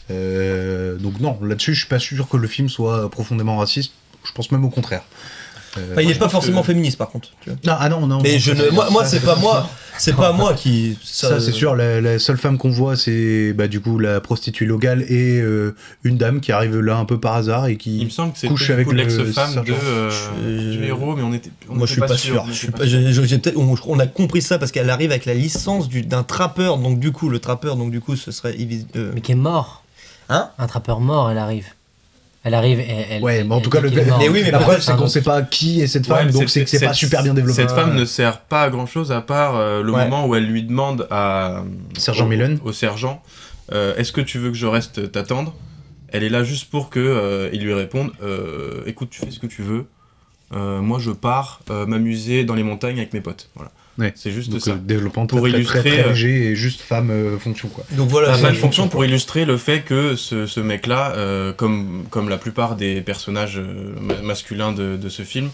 Euh, donc, non, là-dessus, je suis pas sûr que le film soit profondément raciste. Je pense même au contraire. Euh,
Enfin, il
moi,
est
je
pas
pense
forcément
que-
féministe par contre. Tu vois.
Non, ah non, non.
Mais
non,
je
ça,
ne,
c'est-
moi, moi
ça,
c'est pas moi, c'est pas moi qui.
Ça, c'est sûr, la, la seule femme qu'on voit, c'est bah, du coup la prostituée locale et euh, une dame qui arrive là un peu par hasard et qui
il me semble que c'est
couche
du
avec
coup
le
l'ex-femme de,
sergent.
euh,
Je-
du héros, mais on était. On
Moi je
était
suis pas sûr.
on
Je suis
était
pas- j'ai- j'ai- j'ai peut-être- on, on a compris ça parce qu'elle arrive avec la licence du- d'un trappeur, donc du coup le trappeur, donc du coup ce serait. Yves- euh,
Mais qui est mort.
Hein?
Un trappeur mort, elle arrive. Elle arrive et elle.
Ouais,
elle-
mais en
elle
tout cas,
dit
le,
qu'il est mort.
mais oui, mais la
peut-être,
preuve, c'est
hein,
qu'on
donc-
sait pas qui est cette femme,
Ouais, mais
donc
cette-
c'est que c'est pas
cette-
super bien développé.
Cette femme ne sert pas à grand chose à part euh, le
Ouais.
moment où elle lui demande à
Sergent
au,
Millen.
au sergent euh, est-ce que tu veux que je reste t'attendre. Elle est là juste pour que euh, il lui réponde euh, écoute, tu fais ce que tu veux. Euh, moi je pars euh, m'amuser dans les montagnes avec mes potes. Voilà.
Ouais.
C'est juste
Donc,
ça.
euh, développement très,
Pour
très,
illustrer,
très, très
euh,
léger et juste femme euh, fonction quoi.
Donc voilà.
La
c'est-
bonne fonction pour illustrer le fait que ce, ce mec-là, euh, comme, comme la plupart des personnages euh, ma- masculins de, de ce film,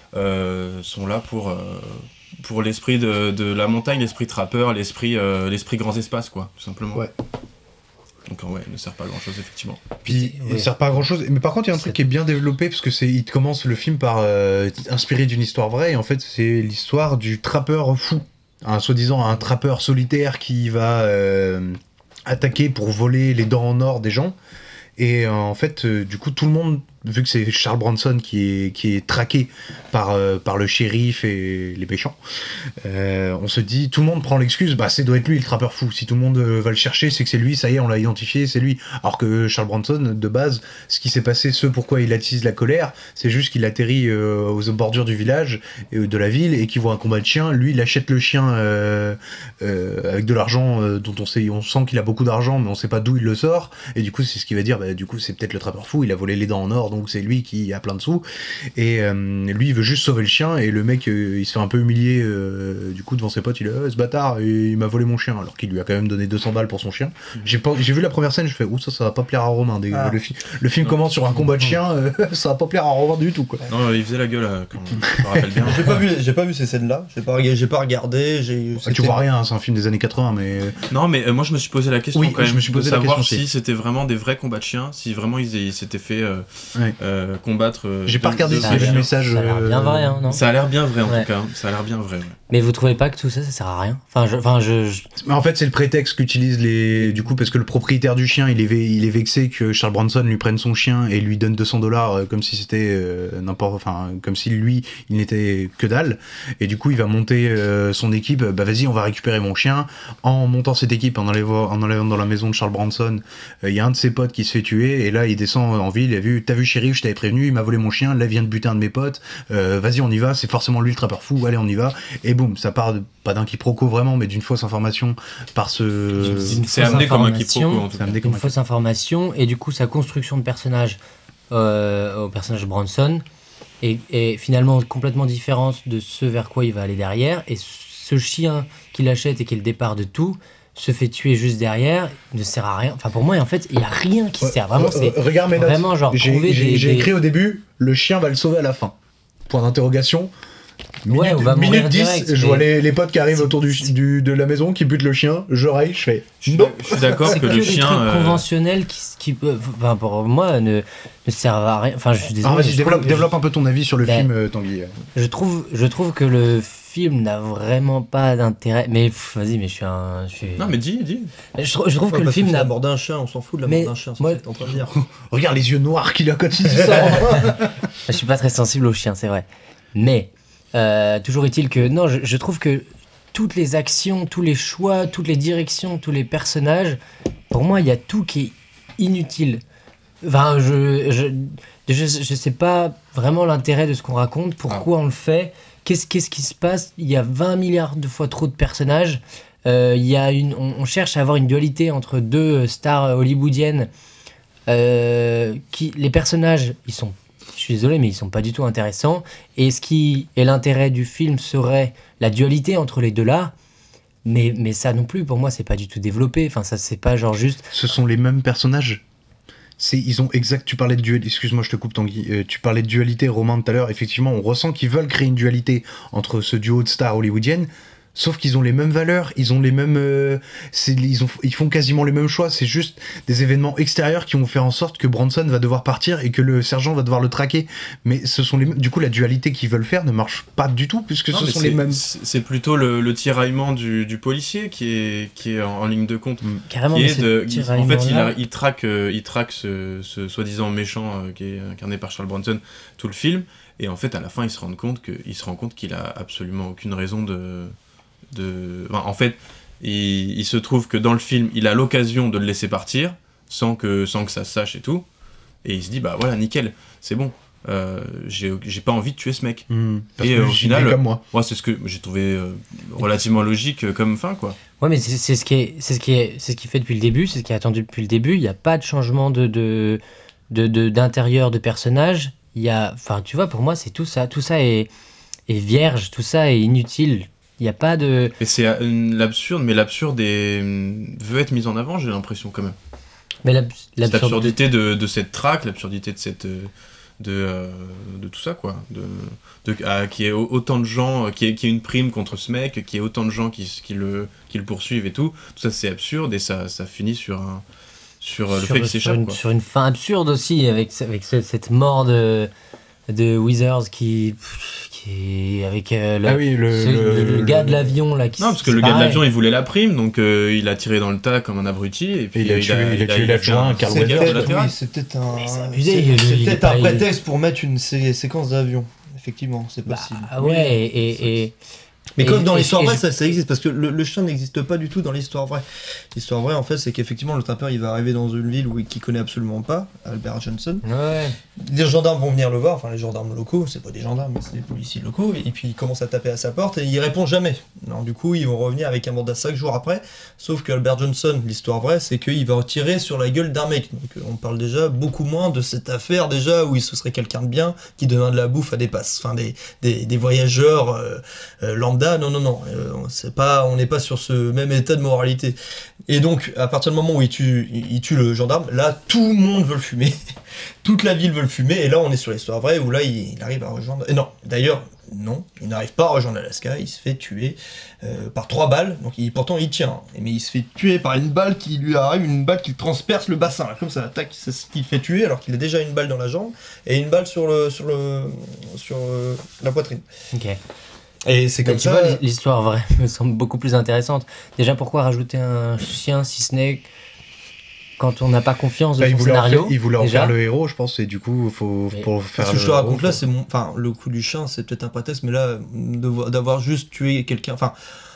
euh, sont là pour, euh, pour l'esprit de, de la montagne, l'esprit trappeur, l'esprit, euh, l'esprit grands espaces, quoi, tout simplement.
Ouais.
Donc euh, ouais, il ne sert pas à grand-chose, effectivement.
Puis il
Ouais.
sert pas à grand chose. Mais par contre, il y a un truc qui est bien développé parce que c'est, il commence le film par euh, inspiré d'une histoire vraie. Et en fait, c'est l'histoire du trappeur fou, un soi-disant un trappeur solitaire qui va euh, attaquer pour voler les dents en or des gens. Et euh, en fait, euh, du coup, tout le monde, vu que c'est Charles Bronson qui est, qui est traqué par, euh, par le shérif et les méchants, euh, on se dit, tout le monde prend l'excuse, bah, c'est doit être lui le trappeur fou. Si tout le monde euh, va le chercher, c'est que c'est lui, ça y est, on l'a identifié, c'est lui. Alors que Charles Bronson, de base, ce qui s'est passé, ce pourquoi il attise la colère, c'est juste qu'il atterrit euh, aux bordures du village, et, de la ville, et qu'il voit un combat de chiens. Lui, il achète le chien euh, euh, avec de l'argent euh, dont on sait, on sent qu'il a beaucoup d'argent, mais on sait pas d'où il le sort. Et du coup, c'est ce qui va dire, bah, du coup, c'est peut-être le trappeur fou, il a volé les dents en or, donc donc c'est lui qui a plein de sous, et euh, lui il veut juste sauver le chien, et le mec euh, il se fait un peu humilier euh, du coup devant ses potes, il est oh, ce bâtard, il m'a volé mon chien, alors qu'il lui a quand même donné deux cents balles pour son chien. Mmh. J'ai, pas, j'ai vu la première scène, je fais ouh ça ça va pas plaire à Romain, des, ah. le, fi- le film non. commence sur un combat de chien, euh, ça va pas plaire à Romain du tout quoi.
Non il faisait la gueule là, quand je me rappelle bien.
j'ai, pas vu, j'ai pas vu ces scènes là, j'ai pas, j'ai pas regardé, j'ai...
Ah, tu vois rien, hein, c'est un film des années quatre-vingts mais...
Non mais euh, moi je me suis posé la question
oui,
quand même,
je me suis posé
de
la
savoir
question
si
aussi.
C'était vraiment des vrais combats de chiens, si vraiment ils, ils s'étaient fait euh, ouais. euh, combattre. Euh,
j'ai
de,
pas regardé
si
le message.
Ça a l'air bien vrai, hein, non ?
Ça a l'air bien vrai en
ouais.
tout cas, ça a l'air bien vrai. Ouais.
Mais vous trouvez pas que tout ça, ça sert à rien ? Enfin, je, enfin, je, je...
Mais en fait, c'est le prétexte qu'utilisent les. Du coup, parce que le propriétaire du chien, il est, ve... il est vexé que Charles Bronson lui prenne son chien et lui donne deux cents dollars euh, comme si c'était euh, n'importe. Enfin, comme si lui, il n'était que dalle. Et du coup, il va monter euh, son équipe. Bah, vas-y, on va récupérer mon chien. En montant cette équipe, en enlevant, en enlevant dans la maison de Charles Bronson, il euh, y a un de ses potes qui se fait tuer. Et là, il descend en ville. Il a vu, t'as vu, shérif, je t'avais prévenu, il m'a volé mon chien. Là, il vient de buter un de mes potes. Euh, vas-y, on y va. C'est forcément lui le trappeur fou. Allez, on y va. Et boum, ça part de, pas d'un quiproquo vraiment, mais d'une fausse information par ce.
C'est amené comme un quiproquo. En tout cas.
Une fausse information et du coup sa construction de personnage euh, au personnage Bronson est, est finalement complètement différente de ce vers quoi il va aller derrière. Et ce chien qu'il achète et qui est le départ de tout se fait tuer juste derrière, ne sert à rien. Enfin pour moi en fait il y a rien qui sert. Vraiment c'est.
Regarde mes notes.
Vraiment genre
j'ai,
trouver
j'ai,
des.
J'ai
des...
écrit au début, le chien va le sauver à la fin. Point d'interrogation. Minute,
ouais, on va
minute
mourir
dix,
direct,
je
mais...
vois les, les potes qui arrivent autour du, du, de la maison, qui butent le chien, je raille, je fais non.
Je suis d'accord
c'est
que,
que
le
des
chien.
Trucs
euh...
conventionnels qui, qui enfin, pour moi, ne, ne servent à rien. Enfin, je suis désolé.
Ah, vas-y, développe,
trouve,
développe un peu ton avis sur le
ben,
film, euh, Tanguy.
Je trouve, je trouve que le film n'a vraiment pas d'intérêt. Mais pff, vas-y, mais je suis un. Je suis...
Non, mais dis, dis.
Je, je trouve
ouais,
que le film n'a.
La mort d'un chien, on s'en fout de la
mais
mort d'un chien.
Moi...
C'est en train de dire.
Regarde les yeux noirs qu'il a quand il dit ça.
Je suis pas très sensible aux chiens, c'est vrai. Mais. Euh, toujours est-il que non, je, je trouve que toutes les actions, tous les choix, toutes les directions, tous les personnages, pour moi, il y a tout qui est inutile. Enfin, je je, je, je sais pas vraiment l'intérêt de ce qu'on raconte, pourquoi ah. on le fait, qu'est-ce, qu'est-ce qui se passe. Il y a vingt milliards de fois trop de personnages. Euh, il y a une, on, on cherche à avoir une dualité entre deux stars hollywoodiennes. Euh, qui, les personnages, ils sont je suis désolé, mais ils sont pas du tout intéressants. Et ce qui est l'intérêt du film serait la dualité entre les deux là. Mais, mais ça non plus, pour moi, c'est pas du tout développé. Enfin, ça, c'est pas genre juste.
Ce sont les mêmes personnages. C'est, ils ont exact. Tu parlais de dualité. Excuse-moi, je te coupe, Tanguy. Euh, tu parlais de dualité, Romain, tout à l'heure. Effectivement, on ressent qu'ils veulent créer une dualité entre ce duo de stars hollywoodiennes. Sauf qu'ils ont les mêmes valeurs, ils ont les mêmes, euh, c'est, ils, ont, ils font quasiment les mêmes choix. C'est juste des événements extérieurs qui vont faire en sorte que Bronson va devoir partir et que le sergent va devoir le traquer. Mais ce sont les, du coup, la dualité qu'ils veulent faire ne marche pas du tout puisque non, ce sont
c'est,
les mêmes.
C'est plutôt le, le tiraillement du, du policier qui est, qui est en, en ligne de compte.
Mmh. Carrément.
Qui est de, il, en fait, il, a,
il
traque, euh, il traque ce, ce soi-disant méchant euh, qui est incarné par Charles Bronson tout le film. Et en fait, à la fin, il se rend compte que, il se rend compte qu'il a absolument aucune raison de De... Enfin, en fait, il, il se trouve que dans le film, il a l'occasion de le laisser partir sans que, sans que ça se sache et tout. Et il se dit, bah voilà, nickel, c'est bon. Euh, j'ai, j'ai pas envie de tuer ce mec.
Mmh, parce
et
que
euh, au final,
comme moi.
Ouais, c'est ce que j'ai trouvé euh, relativement logique euh, comme fin, quoi.
Ouais, mais c'est, c'est ce qui est, c'est ce qui est, c'est ce qui fait depuis le début, c'est ce qui est attendu depuis le début. Il n'y a pas de changement de, de, de, de d'intérieur de personnage. Il y a, enfin, tu vois, pour moi, c'est tout ça, tout ça est, est vierge, tout ça est inutile. Il n'y a pas de...
Et c'est une, l'absurde, mais l'absurde est, veut être mise en avant, j'ai l'impression, quand même.
Mais l'ab-
l'absurdité de, de cette traque, l'absurdité de cette... De, euh, de tout ça, quoi. De, de, ah, qu'il y ait autant de gens, qu'il y ait, qu'il y ait une prime contre ce mec, qu'il y ait autant de gens qui, qui, le, qui le poursuivent et tout. Tout ça, c'est absurde et ça, ça finit sur, un, sur, sur le fait qu'il s'échappe,
sur une,
quoi.
Sur une fin absurde aussi, avec, avec ce, cette mort de... de Withers qui, qui avec euh, le,
ah oui, le,
ce,
le,
le, le gars de l'avion là qui
non parce que le gars de l'avion il voulait la prime donc euh, il a tiré dans le tas comme un abruti et puis
et il a
il
tué,
a,
il a, il a tué l'adjoint Carl Weathers.
Oui, c'était un
mais c'est abusé,
c'est,
il,
c'était
il
un
pas,
prétexte
il...
pour mettre une sé- séquence d'avion effectivement c'est possible
bah, ouais
oui,
et, et, et
Mais
Et-
comme dans
et-
l'histoire
et
vraie,
je-
ça, ça existe, parce que le, le chien n'existe pas du tout dans l'histoire vraie. L'histoire vraie, en fait, c'est qu'effectivement, le trappeur, il va arriver dans une ville où, qu'il connaît absolument pas, Albert Johnson.
Ouais.
Les gendarmes vont venir le voir, enfin les gendarmes locaux, c'est pas des gendarmes, mais c'est des policiers locaux, et puis ils commencent à taper à sa porte et il répond jamais. Alors du coup, ils vont revenir avec un mandat cinq jours après, sauf que Albert Johnson, l'histoire vraie, c'est qu'il va tirer sur la gueule d'un mec. Donc on parle déjà beaucoup moins de cette affaire déjà où il ce serait quelqu'un de bien qui donnera de la bouffe à des passes, enfin des, des, des voyageurs euh, euh, lambda. Non, non, non, euh, c'est pas, on n'est pas sur ce même état de moralité. Et donc, à partir du moment où il tue, il, il tue le gendarme, là, tout le monde veut le fumer. Toute la ville veut le fumer. Et là, on est sur l'histoire vraie où là, il, il arrive à rejoindre. Et non, d'ailleurs, non, il n'arrive pas à rejoindre l'Alaska. Il se fait tuer euh, par trois balles. Donc, il, pourtant, il tient. Hein. Mais il se fait tuer par une balle qui lui arrive, une balle qui transperce le bassin. Là, comme ça, tac, c'est ce qui le fait tuer alors qu'il a déjà une balle dans la jambe et une balle sur le, sur le, sur euh, la poitrine.
Ok.
Et c'est
Bah,
comme
tu
ça.
vois, l'histoire vraie me semble beaucoup plus intéressante. Déjà, pourquoi rajouter un chien si ce n'est quand on n'a pas confiance de
Bah,
son
il voulait en
scénario
faire- il voulait en
déjà.
faire le héros, je pense, et du coup, faut, pour faire
Ce que
le
je te raconte
héros,
là,
faut-
c'est mon. Enfin, le coup du chien, c'est peut-être un prétexte, mais là, de vo- d'avoir juste tué quelqu'un. Enfin.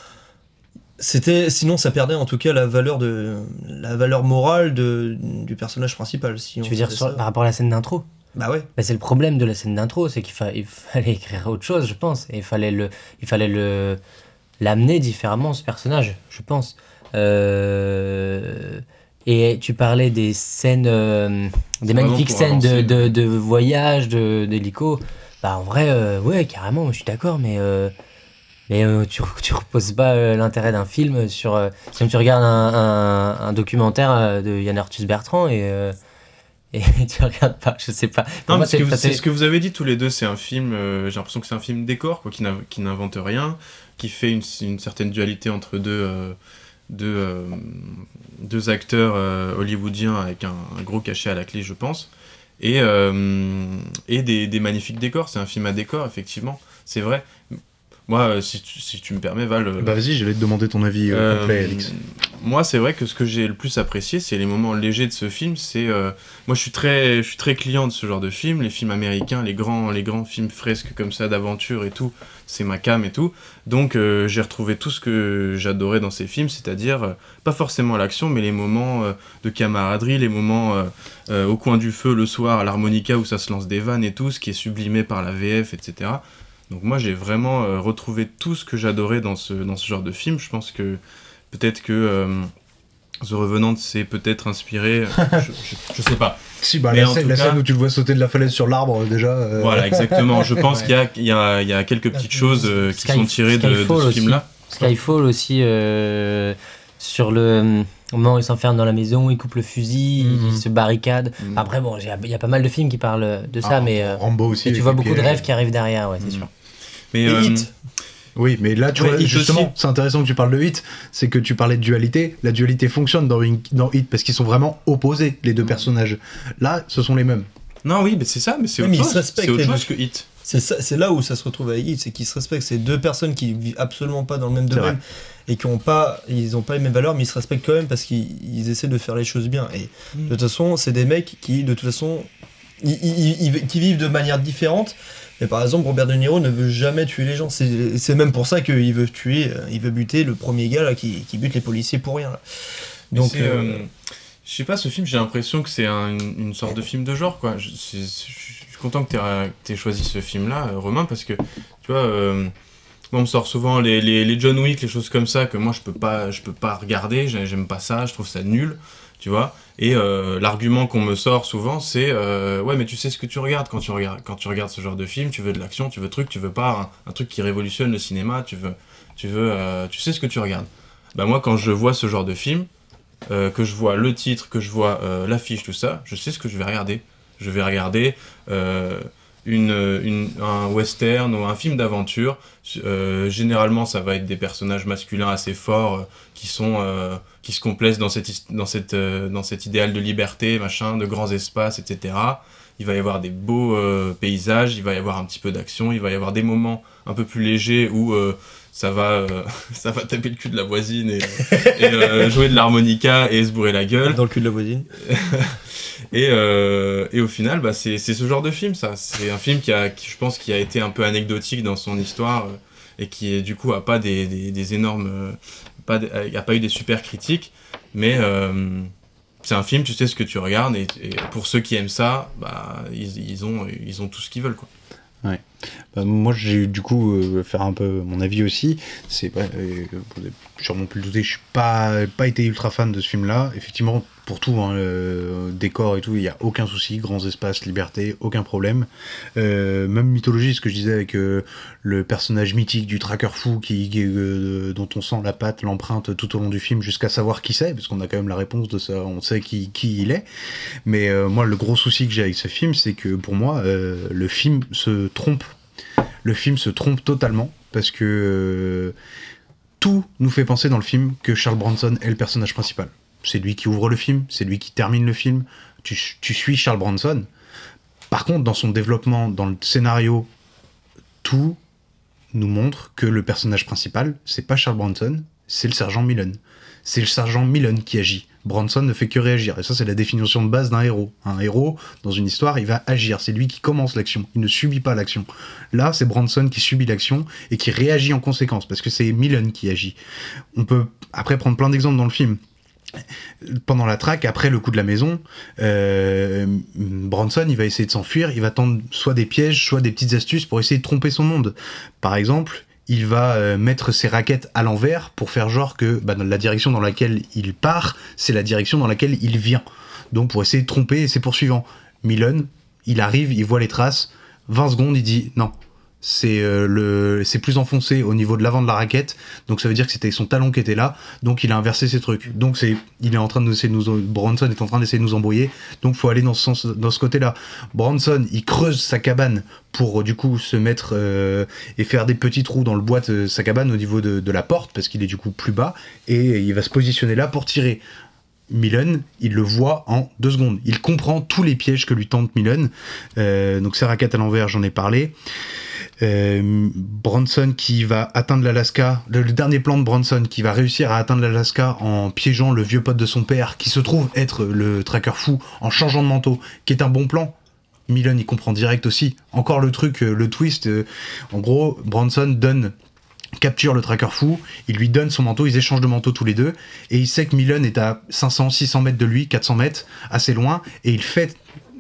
C'était. Sinon, ça perdait en tout cas la valeur, de, la valeur morale de, du personnage principal. Si on
Tu veux dire
faisait
sur-
ça.
par rapport à la scène d'intro?
Bah ouais.
Bah, c'est le problème de la scène d'intro, c'est qu'il fa- il fallait écrire autre chose, je pense. Et il fallait le, il fallait le l'amener différemment, ce personnage, je pense. Euh, Et tu parlais des scènes, euh, des
C'est
magnifiques
vraiment pour
scènes de,
avancer.
de, de voyage, de, d'hélico. Bah en vrai, euh, ouais, carrément, moi, je suis d'accord, mais euh, mais euh, tu, tu reposes pas euh, l'intérêt d'un film sur. Euh, c'est comme tu regardes un, un, un documentaire euh, de Yann Arthus Bertrand et. Euh, et tu regardes pas, je sais pas. Pour
Non,
moi,
parce que
c'est-
vous-
c'est-
c'est ce que vous avez dit tous les deux, c'est un film, euh, j'ai l'impression que c'est un film décor, quoi, qui, n'inv- qui n'invente rien, qui fait une, une certaine dualité entre deux, euh, deux, euh, deux acteurs euh, hollywoodiens avec un, un gros cachet à la clé, je pense, et, euh, et des, des magnifiques décors. C'est un film à décor, effectivement, c'est vrai. Moi, euh, si, tu, si tu me permets, Val... euh,
Bah vas-y, j'allais te demander ton avis euh,
euh,
complet, Alix.
Moi, c'est vrai que ce que j'ai le plus apprécié, c'est les moments légers de ce film. C'est, euh, moi, je suis très, je suis très client de ce genre de films, les films américains, les grands, les grands films fresques comme ça, d'aventure et tout. C'est ma cam et tout. Donc, euh, j'ai retrouvé tout ce que j'adorais dans ces films, c'est-à-dire euh, pas forcément l'action, mais les moments euh, de camaraderie, les moments euh, euh, au coin du feu le soir à l'harmonica où ça se lance des vannes et tout, ce qui est sublimé par la V F, et cetera. Donc moi j'ai vraiment euh, retrouvé tout ce que j'adorais dans ce, dans ce genre de film. Je pense que peut-être que euh, The Revenant s'est peut-être inspiré, je, je, je sais pas.
Si, bah,
Mais
la,
en
scène,
tout
la
cas-
scène où tu le vois sauter de la falaise sur l'arbre, euh, déjà. euh,
Voilà, exactement. Je pense
Ouais.
qu'il y a, il y, a, il y a quelques petites choses euh, qui
Sky-
sont tirées de, de
Skyfall
ce
aussi.
film-là.
Skyfall aussi, euh, sur le au moment où il s'enferme dans la maison, il coupe le fusil,
Mhm.
il se barricade. Après, bon, il y, a- il y a pas mal de films qui parlent de ça,
Ah,
mais. euh,
Rambo aussi,
Et tu
avec
vois
les
beaucoup de
pieds.
rêves qui arrivent derrière, ouais, c'est
Mhm.
sûr.
Mais,
Et
euh,
Hit. Oui, mais là, tu
Ouais,
vois,
Hit
justement,
aussi.
c'est intéressant que tu parles de Hit, c'est que tu parlais de dualité. La dualité fonctionne dans, une- dans Hit parce qu'ils sont vraiment opposés, les deux personnages. Là, ce sont les mêmes.
Non, oui, mais c'est ça, mais c'est
Oui,
autre
mais ils
chose.
se respectent,
C'est autre
les
chose
deux.
que Hit.
C'est ça- c'est là où ça se retrouve avec Hit, c'est qu'ils se respectent. C'est deux personnes qui vivent absolument pas dans le même
C'est
domaine
vrai.
et qui ont pas, ils ont pas les mêmes valeurs, mais ils se respectent quand même parce qu'ils ils essaient de faire les choses bien. Et
Mm.
de toute façon, c'est des mecs qui, de toute façon, ils, ils- ils- qui vivent de manière différente. Mais par exemple, Robert De Niro ne veut jamais tuer les gens. C'est c'est même pour ça qu'il veut tuer, euh, il veut buter le premier gars là, qui, qui bute les policiers pour rien. Là.
Mais
Donc,
c'est,
euh,
euh, je sais pas, ce film, j'ai l'impression que c'est un- une, une sorte de film de genre, quoi. Je, c'est- c'est- je suis content que tu aies choisi ce film-là, euh, Romain, parce que, tu vois, euh, moi, on me sort souvent les, les, les John Wick, les choses comme ça, que moi, je peux pas, je peux pas regarder, j'ai- j'aime pas ça, je trouve ça nul, tu vois. Et euh, l'argument qu'on me sort souvent, c'est euh, ouais, mais tu sais ce que tu regardes quand tu regardes, quand tu regardes ce genre de film, tu veux de l'action, tu veux truc, tu veux pas un, un truc qui révolutionne le cinéma, tu veux, tu veux, euh, tu sais ce que tu regardes. Bah moi, quand je vois ce genre de film, euh, que je vois le titre, que je vois euh, l'affiche, tout ça, je sais ce que je vais regarder. Je vais regarder euh, une, une, un western ou un film d'aventure. Euh, généralement, ça va être des personnages masculins assez forts euh, qui sont euh, qui se complaisent dans cette his- dans cette euh, dans cet idéal de liberté, machin, de grands espaces, et cetera. Il va y avoir des beaux euh, paysages, il va y avoir un petit peu d'action, il va y avoir des moments un peu plus légers où euh, ça va euh, ça va taper le cul de la voisine et, et euh, jouer de l'harmonica et se bourrer la gueule.
Dans le cul de la voisine.
Et, euh, et au final, bah, c'est, c'est ce genre de film, ça. C'est un film qui, a, qui, je pense, qui a été un peu anecdotique dans son histoire. et qui du coup a pas des, des, des énormes, euh, pas des, a pas eu des super critiques, mais euh, c'est un film, tu sais ce que tu regardes, et, et pour ceux qui aiment ça, bah ils, ils ont ils ont tout ce qu'ils veulent, quoi.
Ouais. Bah, moi, j'ai du coup euh, faire un peu mon avis aussi. C'est pas, euh, vous avez sûrement pu le douter, je suis pas pas été ultra fan de ce film-là. Effectivement, pour tout, hein, le décor et tout, il y a aucun souci, grands espaces, liberté, aucun problème. Euh, même mythologie, ce que je disais avec euh, le personnage mythique du tracker fou qui, qui euh, dont on sent la patte, l'empreinte tout au long du film, jusqu'à savoir qui c'est, parce qu'on a quand même la réponse de ça, on sait qui qui il est. Mais euh, moi, le gros souci que j'ai avec ce film, c'est que pour moi, euh, le film se trompe. Le film se trompe totalement parce que euh, tout nous fait penser dans le film que Charles Bronson est le personnage principal. C'est lui qui ouvre le film, c'est lui qui termine le film. Tu, tu suis Charles Bronson. Par contre, dans son développement, dans le scénario, tout nous montre que le personnage principal, c'est pas Charles Bronson, c'est le sergent Millen. C'est le sergent Millen qui agit. Bronson ne fait que réagir. Et ça, c'est la définition de base d'un héros. Un héros, dans une histoire, il va agir. C'est lui qui commence l'action. Il ne subit pas l'action. Là, c'est Bronson qui subit l'action et qui réagit en conséquence, parce que c'est Millen qui agit. On peut après prendre plein d'exemples dans le film. Pendant la traque, après le coup de la maison, euh, Bronson, il va essayer de s'enfuir. Il va tendre soit des pièges, soit des petites astuces pour essayer de tromper son monde. Par exemple, il va euh, mettre ses raquettes à l'envers pour faire genre que bah, dans la direction dans laquelle il part, c'est la direction dans laquelle il vient. Donc pour essayer de tromper ses poursuivants. Millen, il arrive, il voit les traces, vingt secondes, il dit non. C'est euh, le, c'est plus enfoncé au niveau de l'avant de la raquette, donc ça veut dire que c'était son talon qui était là, donc il a inversé ses trucs. Donc c'est, il est en train de essayer de nous, Bronson est en train d'essayer de nous embrouiller, donc faut aller dans ce sens, dans ce côté-là. Bronson, il creuse sa cabane pour du coup se mettre euh, et faire des petits trous dans le bois de sa cabane au niveau de, de la porte parce qu'il est du coup plus bas et il va se positionner là pour tirer. Millen, il le voit en deux secondes. Il comprend tous les pièges que lui tente Millen. Euh, donc ses raquettes à l'envers, j'en ai parlé. Euh, Bronson qui va atteindre l'Alaska, le, le dernier plan de Bronson qui va réussir à atteindre l'Alaska en piégeant le vieux pote de son père qui se trouve être le tracker fou en changeant de manteau, qui est un bon plan. Millen il comprend direct aussi. Encore le truc, le twist, euh, en gros Bronson donne capture le tracker fou, il lui donne son manteau, ils échangent de manteau tous les deux, et il sait que Millen est à cinq cents, six cents mètres de lui, quatre cents mètres, assez loin, et il fait,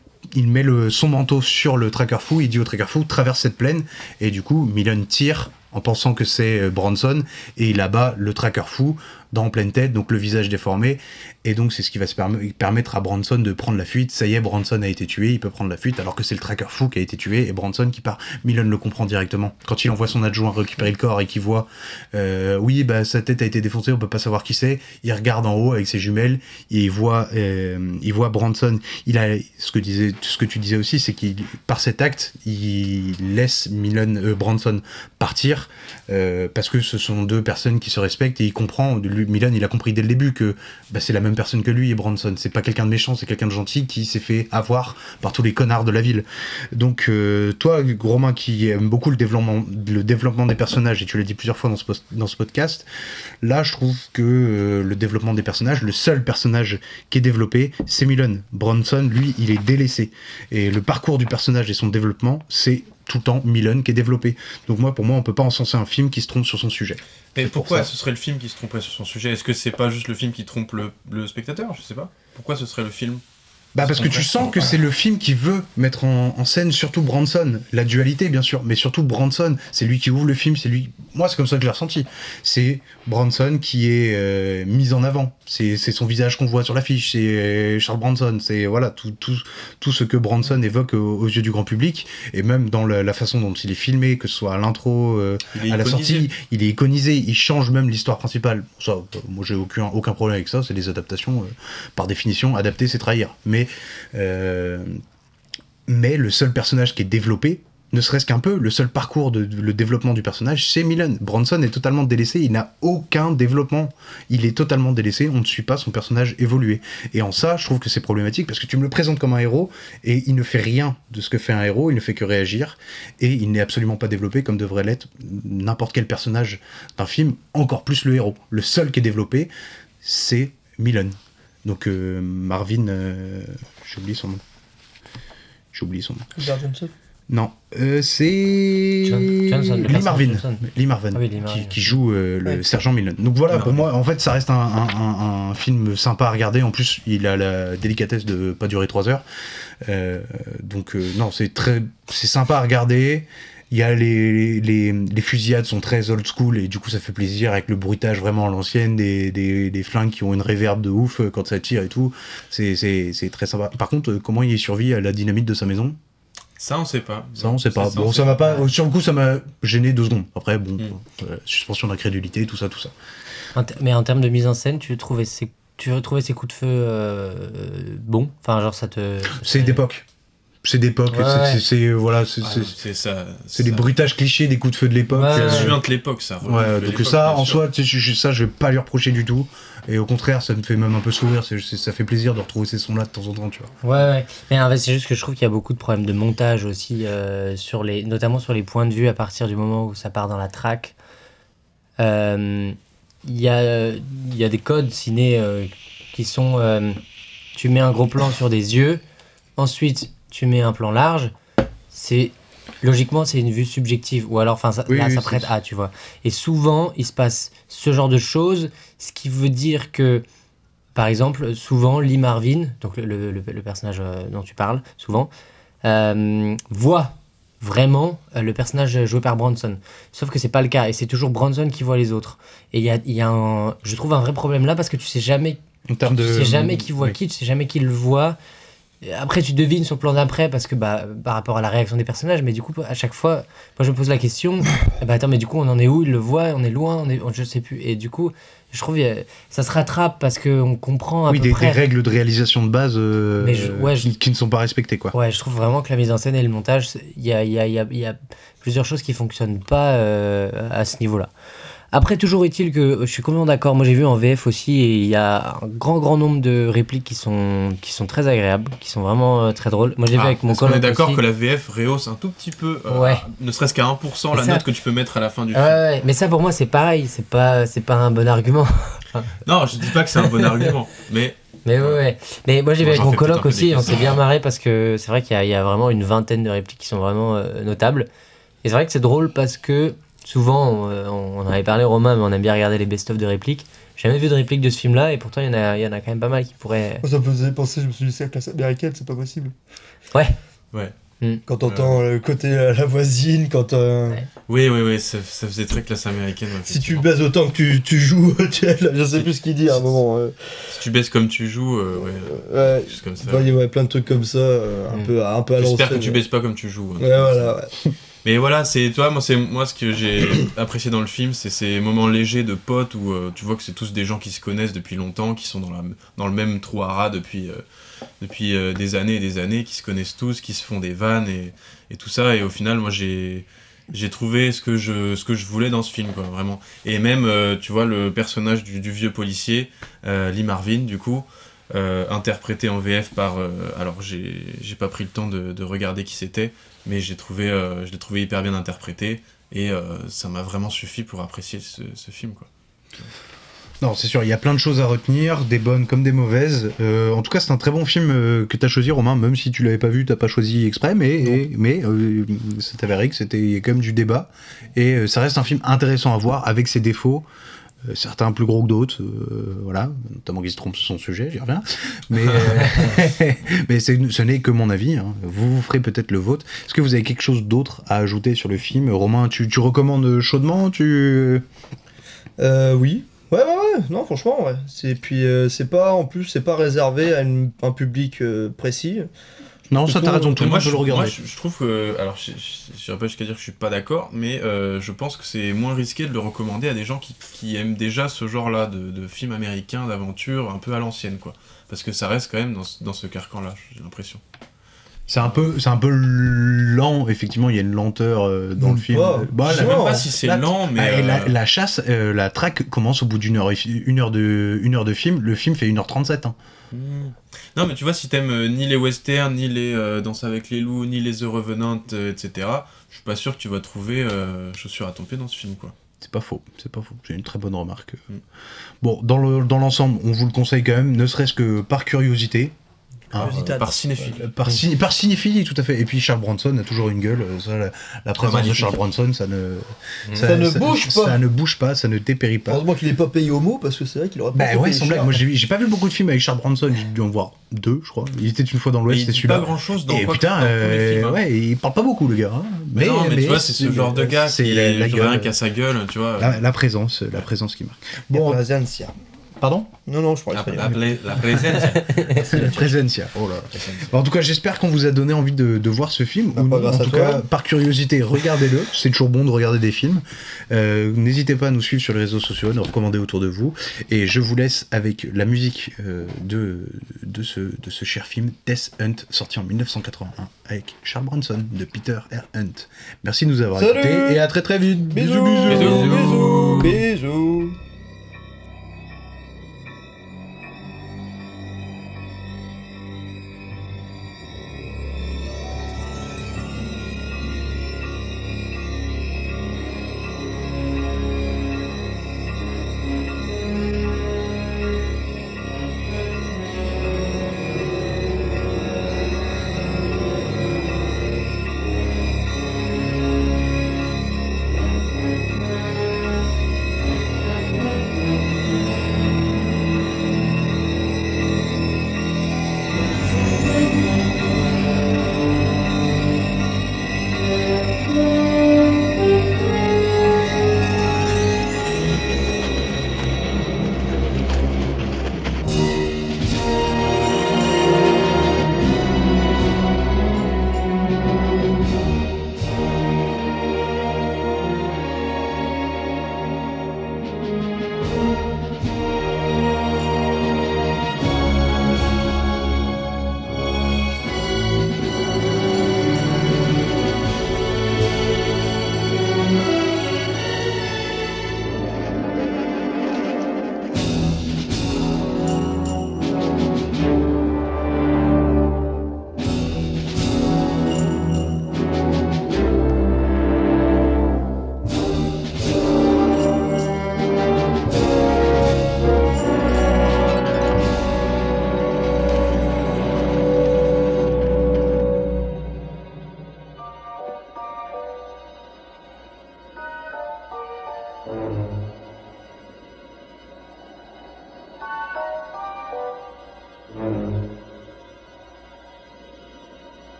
il met le, son manteau sur le tracker fou, il dit au tracker fou, traverse cette plaine, et du coup, Millen tire en pensant que c'est Bronson, et il abat le tracker fou dans en pleine tête, donc le visage déformé, et donc c'est ce qui va se perm- permettre à Bronson de prendre la fuite. Ça y est, Bronson a été tué, il peut prendre la fuite, alors que c'est le tracker fou qui a été tué, et Bronson qui part. Millen le comprend directement. Quand il envoie son adjoint récupérer le corps et qu'il voit, euh, oui, bah sa tête a été défoncée, on peut pas savoir qui c'est, il regarde en haut avec ses jumelles, et il voit, euh, il voit Bronson, il a, ce que disait, ce que tu disais aussi, c'est qu'il, par cet acte, il laisse Millen, euh, Bronson partir, euh, parce que ce sont deux personnes qui se respectent, et il comprend, lui, Millen, il a compris dès le début que bah, c'est la même personne que lui et Bronson, c'est pas quelqu'un de méchant, c'est quelqu'un de gentil qui s'est fait avoir par tous les connards de la ville. Donc euh, toi, Romain, qui aime beaucoup le développement, le développement des personnages, et tu l'as dit plusieurs fois dans ce, post- dans ce podcast, là je trouve que euh, le développement des personnages, le seul personnage qui est développé, c'est Millen. Bronson, lui, il est délaissé. Et le parcours du personnage et son développement, c'est tout le temps Millen qui est développé. Donc moi, pour moi, on peut pas encenser un film qui se trompe sur son sujet.
Mais pourquoi ce serait le film qui se tromperait sur son sujet ? Est-ce que c'est pas juste le film qui trompe le, le spectateur ? Je sais pas. Pourquoi ce serait le film ?
Bah parce que tu sens que c'est le film qui veut mettre en, en scène surtout Bronson, la dualité bien sûr, mais surtout Bronson, c'est lui qui ouvre le film, c'est lui, moi c'est comme ça que je l'ai ressenti, c'est Bronson qui est euh, mis en avant, c'est, c'est son visage qu'on voit sur l'affiche, c'est Charles Bronson, c'est voilà tout, tout, tout ce que Bronson évoque aux, aux yeux du grand public, et même dans la, la façon dont il est filmé, que ce soit à l'intro, euh, à la sortie, il est iconisé, il change même l'histoire principale, ça, moi j'ai aucun, aucun problème avec ça, c'est des adaptations, euh, par définition, adapter c'est trahir, mais Euh, mais le seul personnage qui est développé, ne serait-ce qu'un peu, le seul parcours de, de le développement du personnage, c'est Millen. Bronson est totalement délaissé, il n'a aucun développement, il est totalement délaissé, on ne suit pas son personnage évoluer. Et en ça, je trouve que c'est problématique parce que tu me le présentes comme un héros et il ne fait rien de ce que fait un héros, il ne fait que réagir et il n'est absolument pas développé comme devrait l'être n'importe quel personnage d'un film, encore plus le héros. Le seul qui est développé, c'est Millen. Donc euh, Marvin, euh, j'ai oublié son nom. J'ai oublié son nom.
Robert Johnson.
Non, euh, c'est
John- Johnson, le
Lee
personnage
Marvin,
Johnson.
Lee Marvin,
Ah oui, Lee Marvin.
qui, qui joue euh, le
Ouais.
sergent Millen. Donc voilà,
Non.
pour moi, en fait, ça reste un, un- un- un film sympa à regarder. En plus, il a la délicatesse de pas durer trois heures. Euh, donc euh, non, c'est très, c'est sympa à regarder. Il y a les, les, les fusillades sont très old school et du coup ça fait plaisir avec le bruitage vraiment à l'ancienne, des, des, des flingues qui ont une réverb de ouf euh, quand ça tire et tout. C'est, c'est, c'est très sympa. Par contre, euh, comment il survit à la dynamite de sa maison?
Ça, on sait pas.
Ça, on sait pas.
Ça,
Bon,
on
ça
sait
m'a pas. Sur le coup, ça m'a gêné deux secondes. Après, bon,
Mm.
euh, suspension d'incrédulité, tout ça, tout ça.
En te- Mais en termes de mise en scène, tu trouvais ces, tu trouvais ces coups de feu euh, bons? Enfin, genre, ça te.
C'est d'époque. C'est d'époque.
Ouais,
c'est,
ouais.
c'est, c'est- voilà, c'est,
Ah,
c'est,
c'est ça.
c'est les bruitages clichés des coups de feu de l'époque.
Ouais,
euh,
Ça
ouais.
se de l'époque, ça.
Ouais,
reflète
donc
l'époque,
ça,
bien
en
sûr.
soi, tu sais, je- ça, je vais pas lui reprocher du tout. Et au contraire, ça me fait même un peu sourire. C'est, c'est- ça fait plaisir de retrouver ces sons-là de temps en temps, tu vois.
Ouais, ouais. Mais en fait, c'est juste que je trouve qu'il y a beaucoup de problèmes de montage aussi, euh, sur les, notamment sur les points de vue à partir du moment où ça part dans la track. Euh, Il y, a, il y a des codes ciné euh, qui sont euh, tu mets un gros plan sur des yeux, ensuite tu mets un plan large. C'est logiquement c'est une vue subjective ou alors enfin ça,
Oui,
là
oui,
ça
c'est-
prête à tu vois. Et souvent il se passe ce genre de choses, ce qui veut dire que par exemple, souvent, Lee Marvin, donc le, le- le- le personnage euh, dont tu parles, souvent, euh, voit vraiment euh, le personnage joué par Bronson. Sauf que c'est pas le cas, et c'est toujours Bronson qui voit les autres. Et il y a, il y a un, je trouve un vrai problème là, parce que tu sais jamais,
En termes
tu
de.
sais jamais qui voit
oui.
qui, tu sais jamais qui le voit. Et après, tu devines sur le plan d'après, parce que bah, par rapport à la réaction des personnages, mais du coup, à chaque fois, moi je me pose la question, eh ben, attends, mais du coup, on en est où? Il le voit, on est loin, on est, je sais plus. Et du coup, je trouve euh, ça se rattrape parce qu'on comprend à
Oui,
peu
des,
près.
des règles de réalisation de base euh,
Mais je- ouais, je-
qui, qui ne sont pas respectées, quoi.
Ouais, je trouve vraiment que la mise en scène et le montage, c'est- il y a, il y, a, il y, a, il y a plusieurs choses qui fonctionnent pas euh, à ce niveau-là. Après, toujours est-il que je suis complètement d'accord. Moi, j'ai vu en V F aussi, et il y a un grand, grand nombre de répliques qui sont, qui sont très agréables, qui sont vraiment euh, très drôles. Moi, j'ai
Ah,
vu avec mon
est-ce qu'on
coloc
est d'accord
aussi.
que la V F rehausse un tout petit peu, euh,
Ouais.
ne serait-ce qu'à un pour cent,
Et
la
ça-
note que tu peux mettre à la fin du
Ouais,
film.
ouais, mais ça, pour moi, c'est pareil. C'est pas, c'est pas un bon argument.
Non, je dis pas que c'est un bon argument, mais
Mais ouais, ouais. Mais moi j'ai vu
Moi,
avec
j'en
mon
fais peut-être
coloc
un peu
aussi,
des
on s'est
caisses.
bien marré parce que c'est vrai qu'il y, a- il y a vraiment une vingtaine de répliques qui sont vraiment euh, notables. Et c'est vrai que c'est drôle parce que souvent, on, euh, on en avait parlé Romain, mais on aime bien regarder les best-of de répliques. J'ai jamais vu de répliques de ce film-là et pourtant il y, en a- il y en a quand même pas mal qui pourraient.
Ça me faisait penser, je me suis dit, c'est la classe américaine, c'est pas possible.
Ouais.
ouais.
Quand t'entends le côté euh, la voisine, quand euh,
Oui, oui, oui, ça, ça faisait très classe américaine. ouais,
si tu baises autant que tu, tu joues, tu- je sais plus ce qu'il dit à un moment. euh.
Si tu baisses comme tu joues, euh, ouais,
Ouais,
juste comme ça.
Enfin, il y a ouais, plein de trucs comme ça, euh, un,
Mm.
peu, un peu à
J'espère que
l'ancienne.
tu baisses pas comme tu joues. hein.
Ouais, voilà, ouais.
Mais voilà, c'est toi, moi, c'est moi ce que j'ai apprécié dans le film, c'est ces moments légers de potes où euh, tu vois que c'est tous des gens qui se connaissent depuis longtemps, qui sont dans, la, dans le même trou à rats depuis, euh, depuis euh, des années et des années, qui se connaissent tous, qui se font des vannes et, et tout ça. Et au final, moi, j'ai j'ai trouvé ce que je ce que je voulais dans ce film, quoi, vraiment. Et même, euh, tu vois, le personnage du, du vieux policier, euh, Lee Marvin, du coup. Euh, interprété en V F par euh, alors j'ai j'ai pas pris le temps de, de regarder qui c'était, mais j'ai trouvé euh, je l'ai trouvé hyper bien interprété et euh, ça m'a vraiment suffi pour apprécier ce, ce film, quoi.
Non, c'est sûr, il y a plein de choses à retenir, des bonnes comme des mauvaises. Euh, en tout cas, c'est un très bon film euh, que t'as choisi, Romain, même si tu l'avais pas vu, t'as pas choisi exprès, mais, et- mais euh, c'est avéré que c'était il y a quand même du débat. Et euh, ça reste un film intéressant à voir, avec ses défauts. Euh, certains plus gros que d'autres, euh, voilà, notamment qui se trompent sur son sujet, j'y reviens. Mais, euh, mais c'est- ce n'est que mon avis, hein. Vous, vous ferez peut-être le vôtre. Est-ce que vous avez quelque chose d'autre à ajouter sur le film? Romain, tu, tu recommandes chaudement tu...
Euh, oui. Ouais, ouais, ouais, non, franchement, ouais. C'est, puis, euh, c'est pas, en plus, c'est pas réservé à une- un public euh, précis.
Non, ça, t'as raison, tout le
moi,
monde peut
je,
le regarder.
moi, je, je trouve que, alors je n'irai pas jusqu'à dire que je suis pas d'accord, mais euh, je pense que c'est moins risqué de le recommander à des gens qui, qui aiment déjà ce genre-là de, de films américains, d'aventure, un peu à l'ancienne, quoi. Parce que ça reste quand même dans, ce- dans ce carcan-là, j'ai l'impression.
C'est un peu, c'est un peu lent, effectivement, il y a une lenteur euh, dans
Non,
le film.
pas.
Bah,
Je sais
la-
même pas si c'est
la-
lent, mais,
ah, et la,
euh,
la chasse, euh, la traque commence au bout d'une heure, et fi- une heure de, une heure de film. Le film fait une heure trente-sept. Hein.
Non, mais tu vois, si t'aimes euh, ni les westerns, ni les euh, Danse avec les loups, ni les The Revenant, euh, et cetera, je suis pas sûr que tu vas trouver euh, chaussures à ton pied dans ce film, quoi.
C'est pas faux, c'est pas faux. C'est une très bonne remarque.
Mm.
Bon, dans le, dans l'ensemble, on vous le conseille quand même, ne serait-ce que par curiosité. Ah,
euh, par cinéphilie.
Euh, Par, ci- par cinéphilie, tout à fait. Et puis Charles Bronson a toujours une gueule. euh, Ça, la, la présence de
magnifique.
Charles Bronson, ça ne,
Ça ne bouge pas.
Ça ne bouge pas, ça ne dépérit pas.
Heureusement qu'il est pas payé au mot parce que c'est vrai qu'il aurait pas
Bah
été
ouais,
payé
sans blague.
cher.
Moi, j'ai, j'ai pas vu beaucoup de films avec Charles Bronson. J'ai dû en voir deux, je crois. Il était une fois dans l'Ouest,
Mais il
c'était
dit
celui-là.
pas grand-chose dans
Et
quoi
putain,
que- dans tous les
euh,
films, hein.
ouais, il parle pas beaucoup, le gars. hein.
Mais, non, mais, tu vois, c'est ce genre de gars
c'est
qui
la, la
est
gueule,
rien qu'à sa gueule, tu vois.
La, la présence, la présence qui marque.
Bon, la Presencia.
Pardon
Non, non, je parlais
La,
espagnol.
la, pla- la Presencia.
La Presencia. Oh là. Bon, en tout cas, j'espère qu'on vous a donné envie de, de voir ce film.
Bah,
Ou
pas
non,
grâce
en
à
tout
toi.
cas, par curiosité, regardez-le. C'est toujours bon de regarder des films. Euh, n'hésitez pas à nous suivre sur les réseaux sociaux, à nous recommander autour de vous. Et je vous laisse avec la musique euh, de, de, ce, de ce cher film Death Hunt, sorti en mille neuf cent quatre-vingt-un, avec Charles Bronson de Peter R. Hunt. Merci de nous avoir
Salut.
écoutés et à très très vite.
Bisous, bisous, bisous, bisous.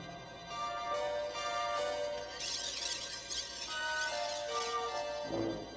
Thank you.